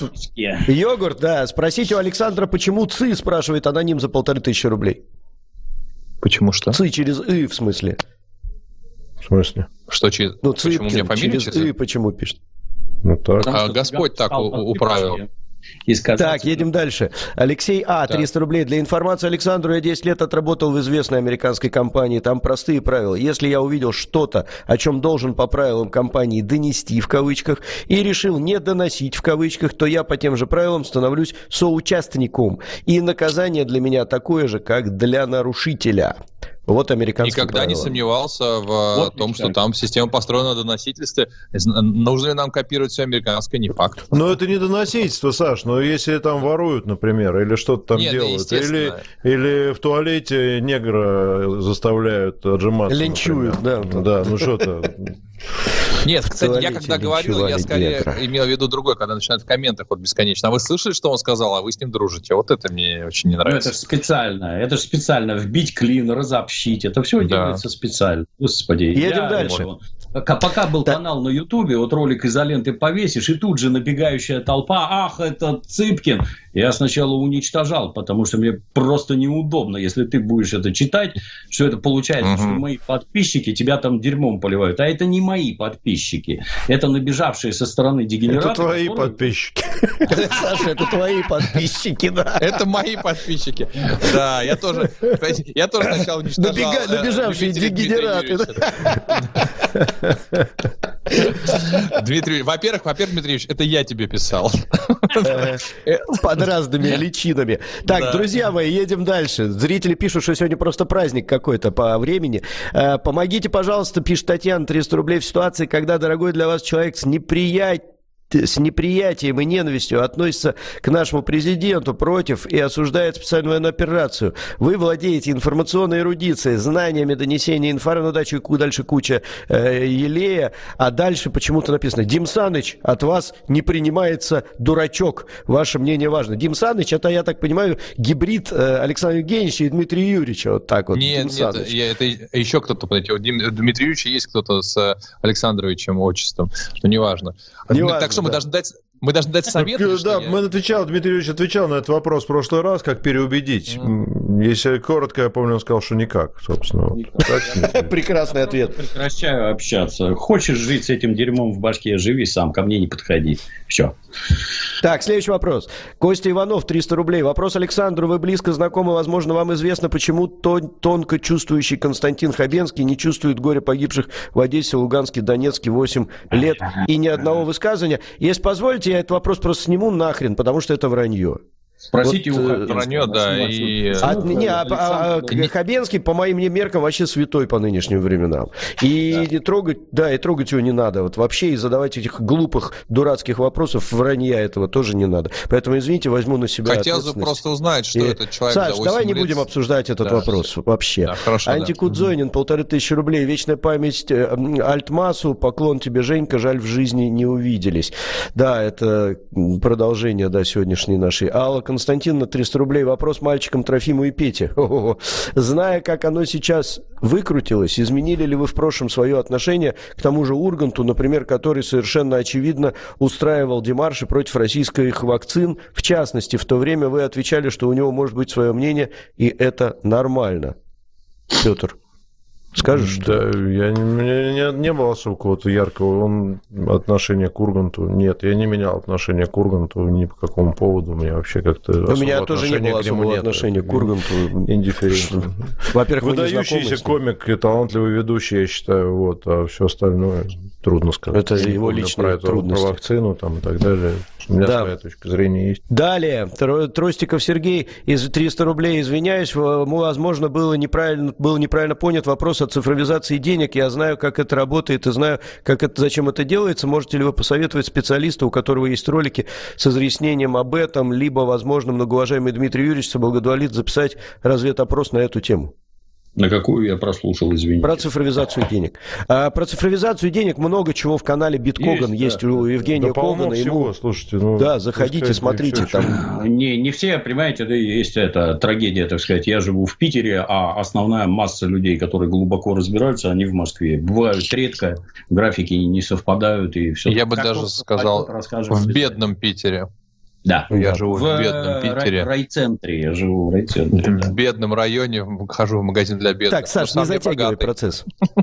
йогурт, да. Спросите у Александра, почему ЦИ, спрашивает аноним за 1500 рублей. Почему что? ЦИ через И, в смысле. В смысле? Что через... Ну, почему у меня фамилия через И, почему пишет? Ну так. Господь так управил. Так, едем дальше. Алексей А, 300 рублей. Для информации Александру, я 10 лет отработал в известной американской компании. Там простые правила. Если я увидел что-то, о чем должен по правилам компании донести в кавычках, и решил не доносить в кавычках, то я по тем же правилам становлюсь соучастником. И наказание для меня такое же, как для нарушителя. Вот американские Никогда правила. Не сомневался в том, что там система построена на доносительстве. Нужно ли нам копировать все американское, не факт. Но это не доносительство, Саш. Но если там воруют, например, или что-то там делают, или в туалете негра заставляют отжиматься. Линчуют, да. Да, ну что-то... Нет, кстати, я когда говорил, я скорее имел в виду другое, когда начинают в комментах вот бесконечно. А вы слышали, что он сказал, а вы с ним дружите? Вот это мне очень не нравится. Это же специально. Вбить клин, разобщить. Это все делается специально. Господи. Едем дальше. Пока был канал на Ютубе, вот ролик изоленты повесишь, и тут же набегающая толпа, ах, это Цыпкин. Я сначала уничтожал, потому что мне просто неудобно, если ты будешь это читать, что это получается, что мои подписчики тебя там дерьмом поливают. А это не мои подписчики. Это набежавшие со стороны дегенераты. Это твои подписчики. Саша, это твои подписчики, да. Это мои подписчики. Да, я тоже сначала уничтожал. Набежавшие дегенераты. Дмитрий, во-первых, Дмитрий Ильич, это я тебе писал. Под разными личинами. Так, друзья мои, едем дальше. Зрители пишут, что сегодня просто праздник какой-то по времени. Помогите, пожалуйста, пишет Татьяна, 300 рублей в ситуации, когда дорогой для вас человек с неприятием и ненавистью относится к нашему президенту против и осуждает специальную военную операцию. Вы владеете информационной эрудицией, знаниями донесения информации, дальше куча елея, а дальше почему-то написано: Дим Саныч, от вас не принимается дурачок. Ваше мнение важно. Дим Саныч, это, я так понимаю, гибрид Александра Евгеньевича и Дмитрия Юрьевича. Вот так вот. Нет, это еще кто-то. Дмитрий Юрьевич есть кто-то с Александровичем отчеством, но неважно. Так что мы должны дать совет? Да, Дмитрий Юрьевич отвечал на этот вопрос в прошлый раз, как переубедить. Если коротко, я помню, он сказал, что никак, собственно. Прекрасный ответ. Прекращаю общаться. Хочешь жить с этим дерьмом в башке, живи сам, ко мне не подходи. Все. Так, следующий вопрос. Костя Иванов, 300 рублей. Вопрос Александру. Вы близко знакомы, возможно, вам известно, почему тонко чувствующий Константин Хабенский не чувствует горя погибших в Одессе, Луганске, Донецке 8 лет и ни одного высказывания. Если позволите, я этот вопрос просто сниму нахрен, потому что это вранье. Спросите вот, у вранье, да. И... Хабенский, по моим меркам, вообще святой по нынешним временам. И трогать его не надо. Вот вообще, и задавать этих глупых, дурацких вопросов, вранья этого тоже не надо. Поэтому, извините, возьму на себя ответственность. Хотелось бы просто узнать, что этот человек Саш, давай не будем обсуждать этот вопрос вообще. Да, хорошо, Антикудзойнин, 1500 рублей. Вечная память Альтмасу. Поклон тебе, Женька. Жаль, в жизни не увиделись. Да, это продолжение сегодняшней нашей. Алла Константин на 300 рублей. Вопрос мальчикам Трофиму и Пете. Зная, как оно сейчас выкрутилось, изменили ли вы в прошлом свое отношение к тому же Урганту, например, который совершенно очевидно устраивал демарши против российских вакцин? В частности, в то время вы отвечали, что у него может быть свое мнение, и это нормально. Петр, скажешь? Да, у меня не было особо какого-то яркого отношения к Урганту. Нет, я не менял отношение к Урганту ни по какому поводу. У меня вообще как-то... У меня тоже не было особого отношения к Урганту. Индифферентно. Во-первых, выдающийся комик и талантливый ведущий, я считаю, а все остальное трудно сказать. Это его личные трудности. Про вакцину там, и так далее. У меня своя точка зрения есть. Далее. Тростиков Сергей из 300 рублей. Извиняюсь, возможно, был неправильно понят вопрос вопрос о цифровизации денег. Я знаю, как это работает и знаю, зачем это делается. Можете ли вы посоветовать специалиста, у которого есть ролики с изъяснением об этом, либо, возможно, многоуважаемый Дмитрий Юрьевич соблаговолит записать разведопрос на эту тему? На какую я прослушал, извините? Про цифровизацию денег. Про цифровизацию денег много чего в канале Биткоган есть у Евгения Когана. Всего, слушайте, да, заходите, смотрите. Там. Не все, понимаете, да, есть эта трагедия, так сказать. Я живу в Питере, а основная масса людей, которые глубоко разбираются, они в Москве. Бывают редко, графики не совпадают и все. Я бы даже сказал, в бедном Питере. Да. Я живу в бедном Питере. В райцентре. Я живу в райцентре. В бедном районе, хожу в магазин для бедных. Так, Саш, не затягивай процесс.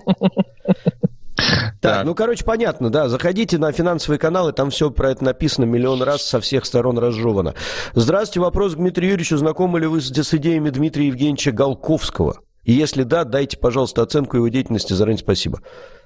Так, понятно, да. Заходите на финансовые каналы, там все про это написано миллион раз, со всех сторон разжевано. Здравствуйте, вопрос к Дмитрию Юрьевичу. Знакомы ли вы с идеями Дмитрия Евгеньевича Голковского? И если да, дайте, пожалуйста, оценку его деятельности. Заранее спасибо.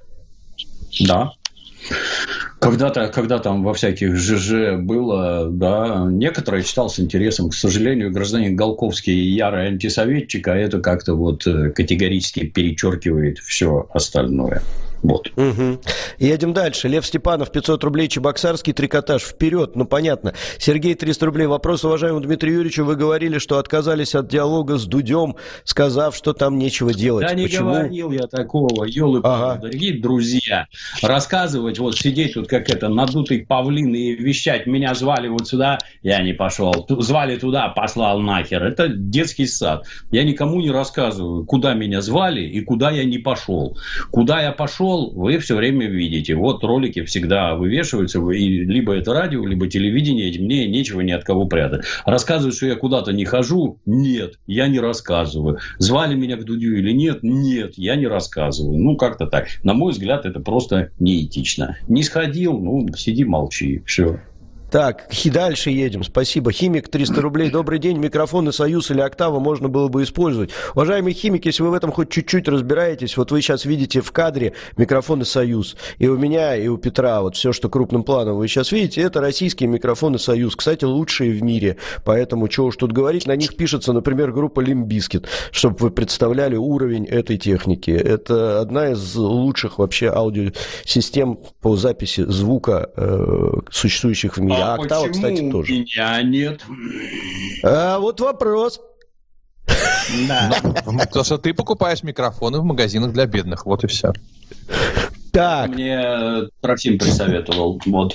Да. Когда там во всяких ЖЖ было, да, некоторые читал с интересом. К сожалению, гражданин Голковский ярый антисоветчик, а это как-то категорически перечеркивает все остальное. Вот. Угу. Едем дальше. Лев Степанов, 500 рублей, Чебоксарский, трикотаж. Вперед, понятно. Сергей, 300 рублей. Вопрос уважаемому Дмитрию Юрьевичу. Вы говорили, что отказались от диалога с Дудем, сказав, что там нечего делать. Да не говорил я такого. Ёлы-палы, дорогие друзья. Рассказывать, сидеть тут как надутый павлин и вещать. Меня звали сюда, я не пошел. Звали туда, послал нахер. Это детский сад. Я никому не рассказываю, куда меня звали и куда я не пошел. Куда я пошел, вы все время видите. Вот ролики всегда вывешиваются, и либо это радио, либо телевидение, мне нечего ни от кого прятать. Рассказывать, что я куда-то не хожу? Нет, я не рассказываю. Звали меня к Дудю или нет? Нет, я не рассказываю. Как-то так. На мой взгляд, это просто неэтично. Не сходил, сиди, молчи, все. Так, дальше едем. Спасибо. Химик, 300 рублей. Добрый день. Микрофоны «Союз» или «Октава» можно было бы использовать. Уважаемый химик, если вы в этом хоть чуть-чуть разбираетесь, вы сейчас видите в кадре микрофоны «Союз». И у меня, и у Петра, все, что крупным планом вы сейчас видите, это российские микрофоны «Союз». Кстати, лучшие в мире. Поэтому, чего уж тут говорить, на них пишется, например, группа «Limp Bizkit», чтобы вы представляли уровень этой техники. Это одна из лучших вообще аудиосистем по записи звука, существующих в мире. А «Октава», кстати, тоже. Меня нет. Вот вопрос. Да. Потому что ты покупаешь микрофоны в магазинах для бедных. Вот и все. Так. Мне Трофим присоветовал. Вот.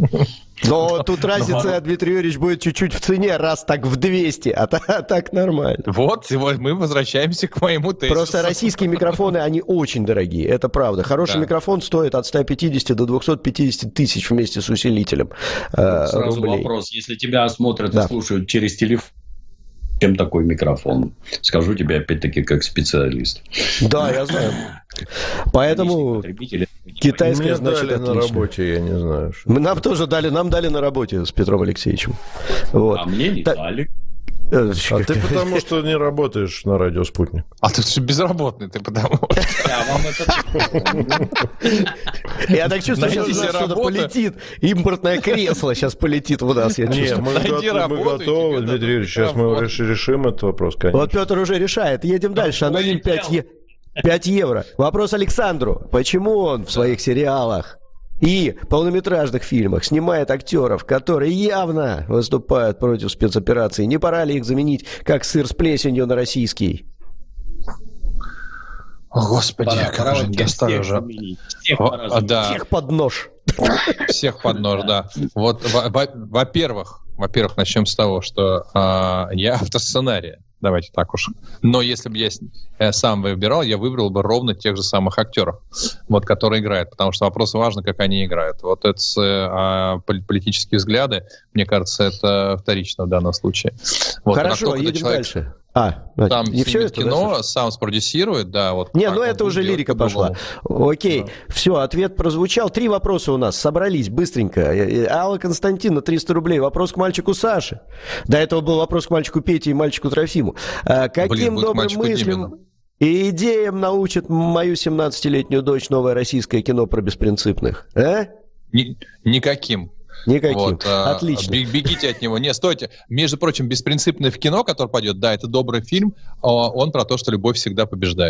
Но тут разница, Дмитрий Юрьевич, будет чуть-чуть в цене, раз так в 200, а так нормально. Вот, мы возвращаемся к моему тезису. Просто российские микрофоны, они очень дорогие, это правда. Хороший микрофон стоит от 150 до 250 тысяч вместе с усилителем Сразу рублей. Вопрос, если тебя смотрят и слушают через телефон, чем такой микрофон? Скажу тебе опять-таки как специалист. Да, я знаю. Поэтому китайская, значит, дали отлично. На работе, я не знаю. Нам тоже дали, нам дали на работе с Петром Алексеевичем. Вот. А мне не дали. А ты потому что не работаешь на радио «Спутник». А ты все безработный, ты потому Я так чувствую, сейчас у нас что-то полетит. Импортное кресло сейчас полетит у нас, я чувствую. Мы готовы, Дмитрий Юрьевич, сейчас мы решим этот вопрос, конечно. Вот Петр уже решает. Едем дальше. Аноним 5 евро. Вопрос Александру. Почему он в своих сериалах и полнометражных фильмах снимает актеров, которые явно выступают против спецоперации? Не пора ли их заменить, как сыр с плесенью, на российский? О, Господи, как же достали уже. Всех под нож. Всех под нож, да. Вот, во-первых, начнем с того, что я автор сценария. Давайте так уж. Но если бы я сам выбирал, я выбрал бы ровно тех же самых актеров, которые играют. Потому что вопрос важно, как они играют. Вот это политические взгляды, мне кажется, это вторично в данном случае. Хорошо, едем дальше. Там снимет кино, сам спродюсирует, да. Это уже лирика пошла. Окей, все, ответ прозвучал. 3 вопроса у нас собрались быстренько. Алла Константина, 300 рублей. Вопрос к мальчику Саше. До этого был вопрос к мальчику Пете и мальчику Трофиму. Каким добрым мыслям и идеям научит мою 17-летнюю дочь новое российское кино про беспринципных? Никаким. Отлично. Бегите от него. Не, стойте. Между прочим, «Беспринципный» в кино, который пойдет, да, это добрый фильм. Он про то, что любовь всегда побеждает.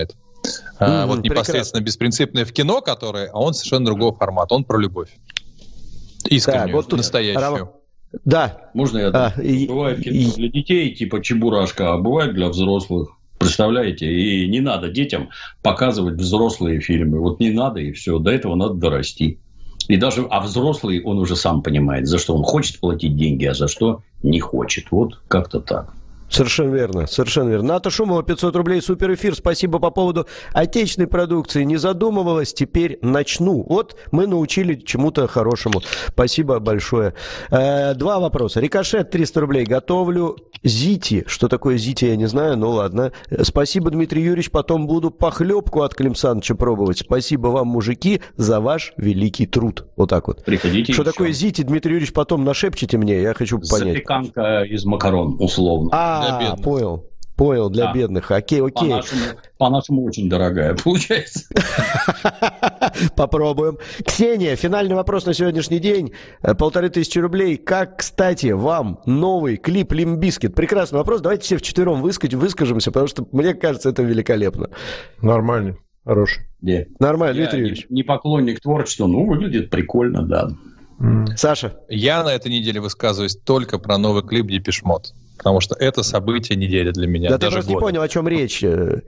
Вот непосредственно беспринципное в кино, которое, а он совершенно другого формата. Он про любовь. Искреннюю, так, вот тут настоящую. Да. Можно я так? Бывает кино для детей, типа Чебурашка, а бывает для взрослых. Представляете? И не надо детям показывать взрослые фильмы. Вот не надо, и все. До этого надо дорасти. И даже, а взрослый, он уже сам понимает, за что он хочет платить деньги, а за что не хочет. Вот как-то так. Совершенно верно, совершенно верно. Ната Шумова, 500 рублей, супер эфир. Спасибо по поводу отечественной продукции. Не задумывалась, теперь начну. Вот мы научили чему-то хорошему. Спасибо большое. 2 вопроса. Рикошет, 300 рублей. Готовлю зити. Что такое зити, я не знаю, ну ладно. Спасибо, Дмитрий Юрьевич. Потом буду похлебку от Клим Саныча пробовать. Спасибо вам, мужики, за ваш великий труд. Вот так вот. Приходите. Что такое зити, Дмитрий Юрьевич, потом нашепчите мне, я хочу понять. Запеканка из макарон, условно. Понял, для бедных. Окей. По-нашему очень дорогая получается. Попробуем. Ксения, финальный вопрос на сегодняшний день. 1500 рублей. Как, кстати, вам новый клип Limp Bizkit? Прекрасный вопрос. Давайте все вчетвером выскажемся, потому что, мне кажется, это великолепно. Нормально. Хороший. Нормально, Дмитрий Юрьевич. Не поклонник творчества, но выглядит прикольно, да. Саша? Я на этой неделе высказываюсь только про новый клип Депеш Мод, потому что это событие недели для меня. Да, ты просто не понял, о чем речь.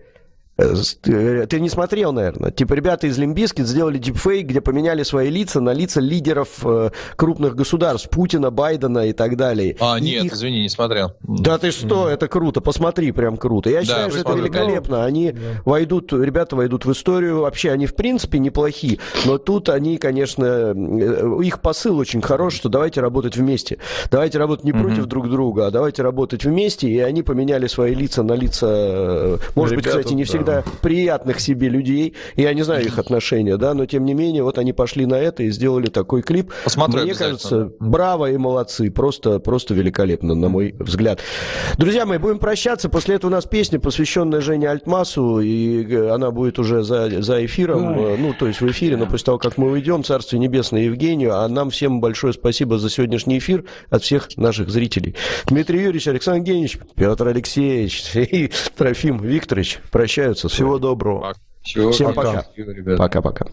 Ты не смотрел, наверное. Типа ребята из Limp Bizkit сделали дипфейк, где поменяли свои лица на лица лидеров крупных государств. Путина, Байдена и так далее. Нет, извини, не смотрел. Да ты что, это круто. Посмотри, прям круто. Я считаю, что это великолепно. Они ребята войдут в историю. Вообще, они в принципе неплохие. Но тут они, конечно, их посыл очень хорош, что давайте работать вместе. Давайте работать не против друг друга, а давайте работать вместе. И они поменяли свои лица на лица, может быть, кстати, не всегда приятных себе людей, я не знаю их отношения, да, но тем не менее, вот они пошли на это и сделали такой клип. Посмотрю. Мне кажется, браво и молодцы, просто великолепно, на мой взгляд. Друзья мои, будем прощаться, после этого у нас песня, посвященная Жене Альтмасу, и она будет уже за эфиром, то есть в эфире, но после того, как мы уйдем, Царствие Небесное Евгению, а нам всем большое спасибо за сегодняшний эфир от всех наших зрителей. Дмитрий Юрьевич, Александр Евгеньевич, Петр Алексеевич и Трофим Викторович прощаются. Всего доброго. Всем пока. Пока-пока.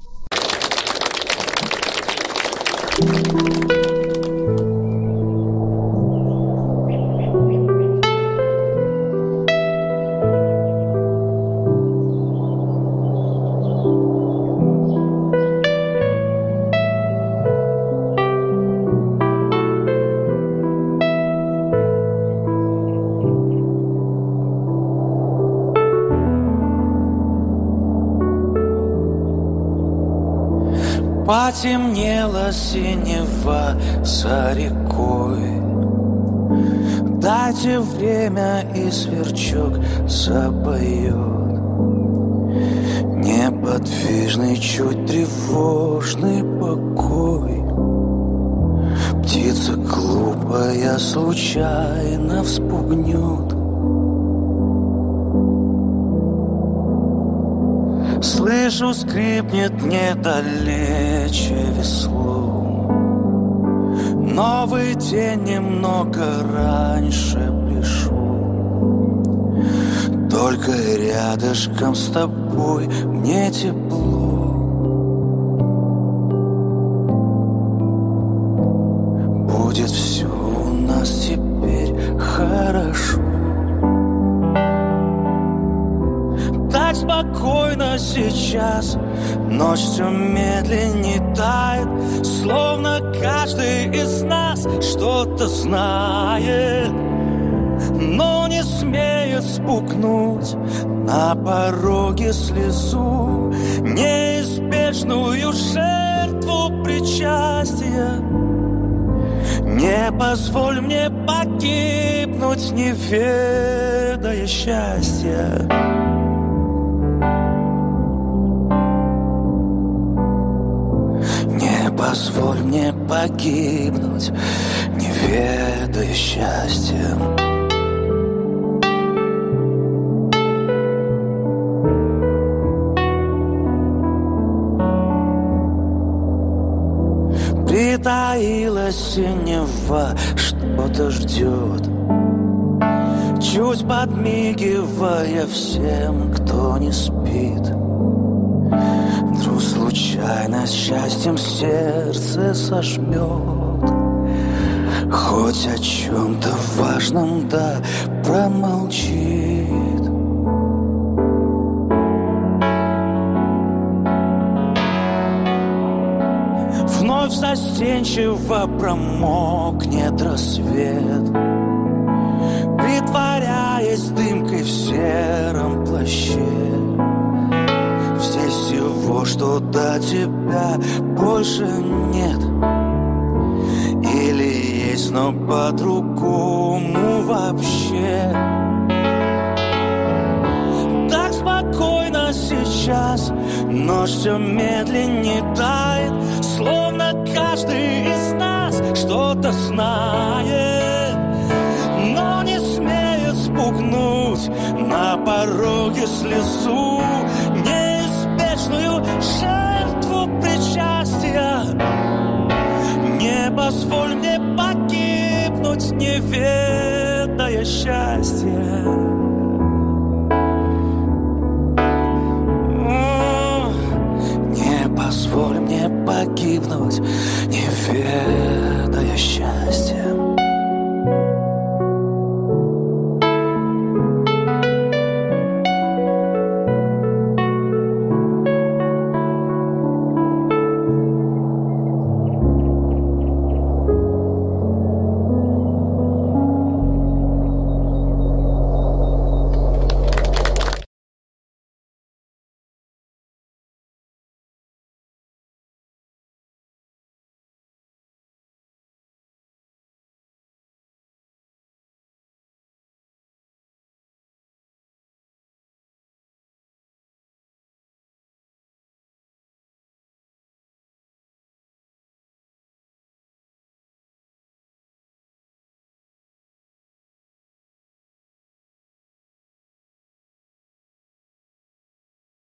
Потемнело синева за рекой. Дайте время, и сверчок запоет. Неподвижный, чуть тревожный покой. Птица глупая случайно вспугнет. Слышу, скрипнет недалече весло. Новый день немного раньше пришел. Только рядышком с тобой мне тепло. Будет все у нас теперь хорошо. Так спокойно сейчас, ночь все медленнее тает, словно каждый из нас что-то знает, но не смеет спугнуть на пороге слезу, неизбежную жертву причастия. Не позволь мне погибнуть, не ведая счастья. Позволь мне погибнуть, не ведая счастья. Притаилась синева, что-то ждет. чуть подмигивая всем, кто не спит. Вдруг случайно счастьем сердце сожмет, хоть о чем-то важном, да, промолчит. Вновь застенчиво промокнет рассвет, притворяясь дымкой в сером плаще. Здесь всего, что до тебя больше нет, или есть, но по-другому вообще. Так спокойно сейчас, ночь все медленнее тает, словно каждый из нас что-то знает, но не смеет спугнуть на пороге слезу, неизбежную жертву причастия. Не позволь мне погибнуть, не ведая счастья. Не позволь мне погибнуть, не ведая счастья.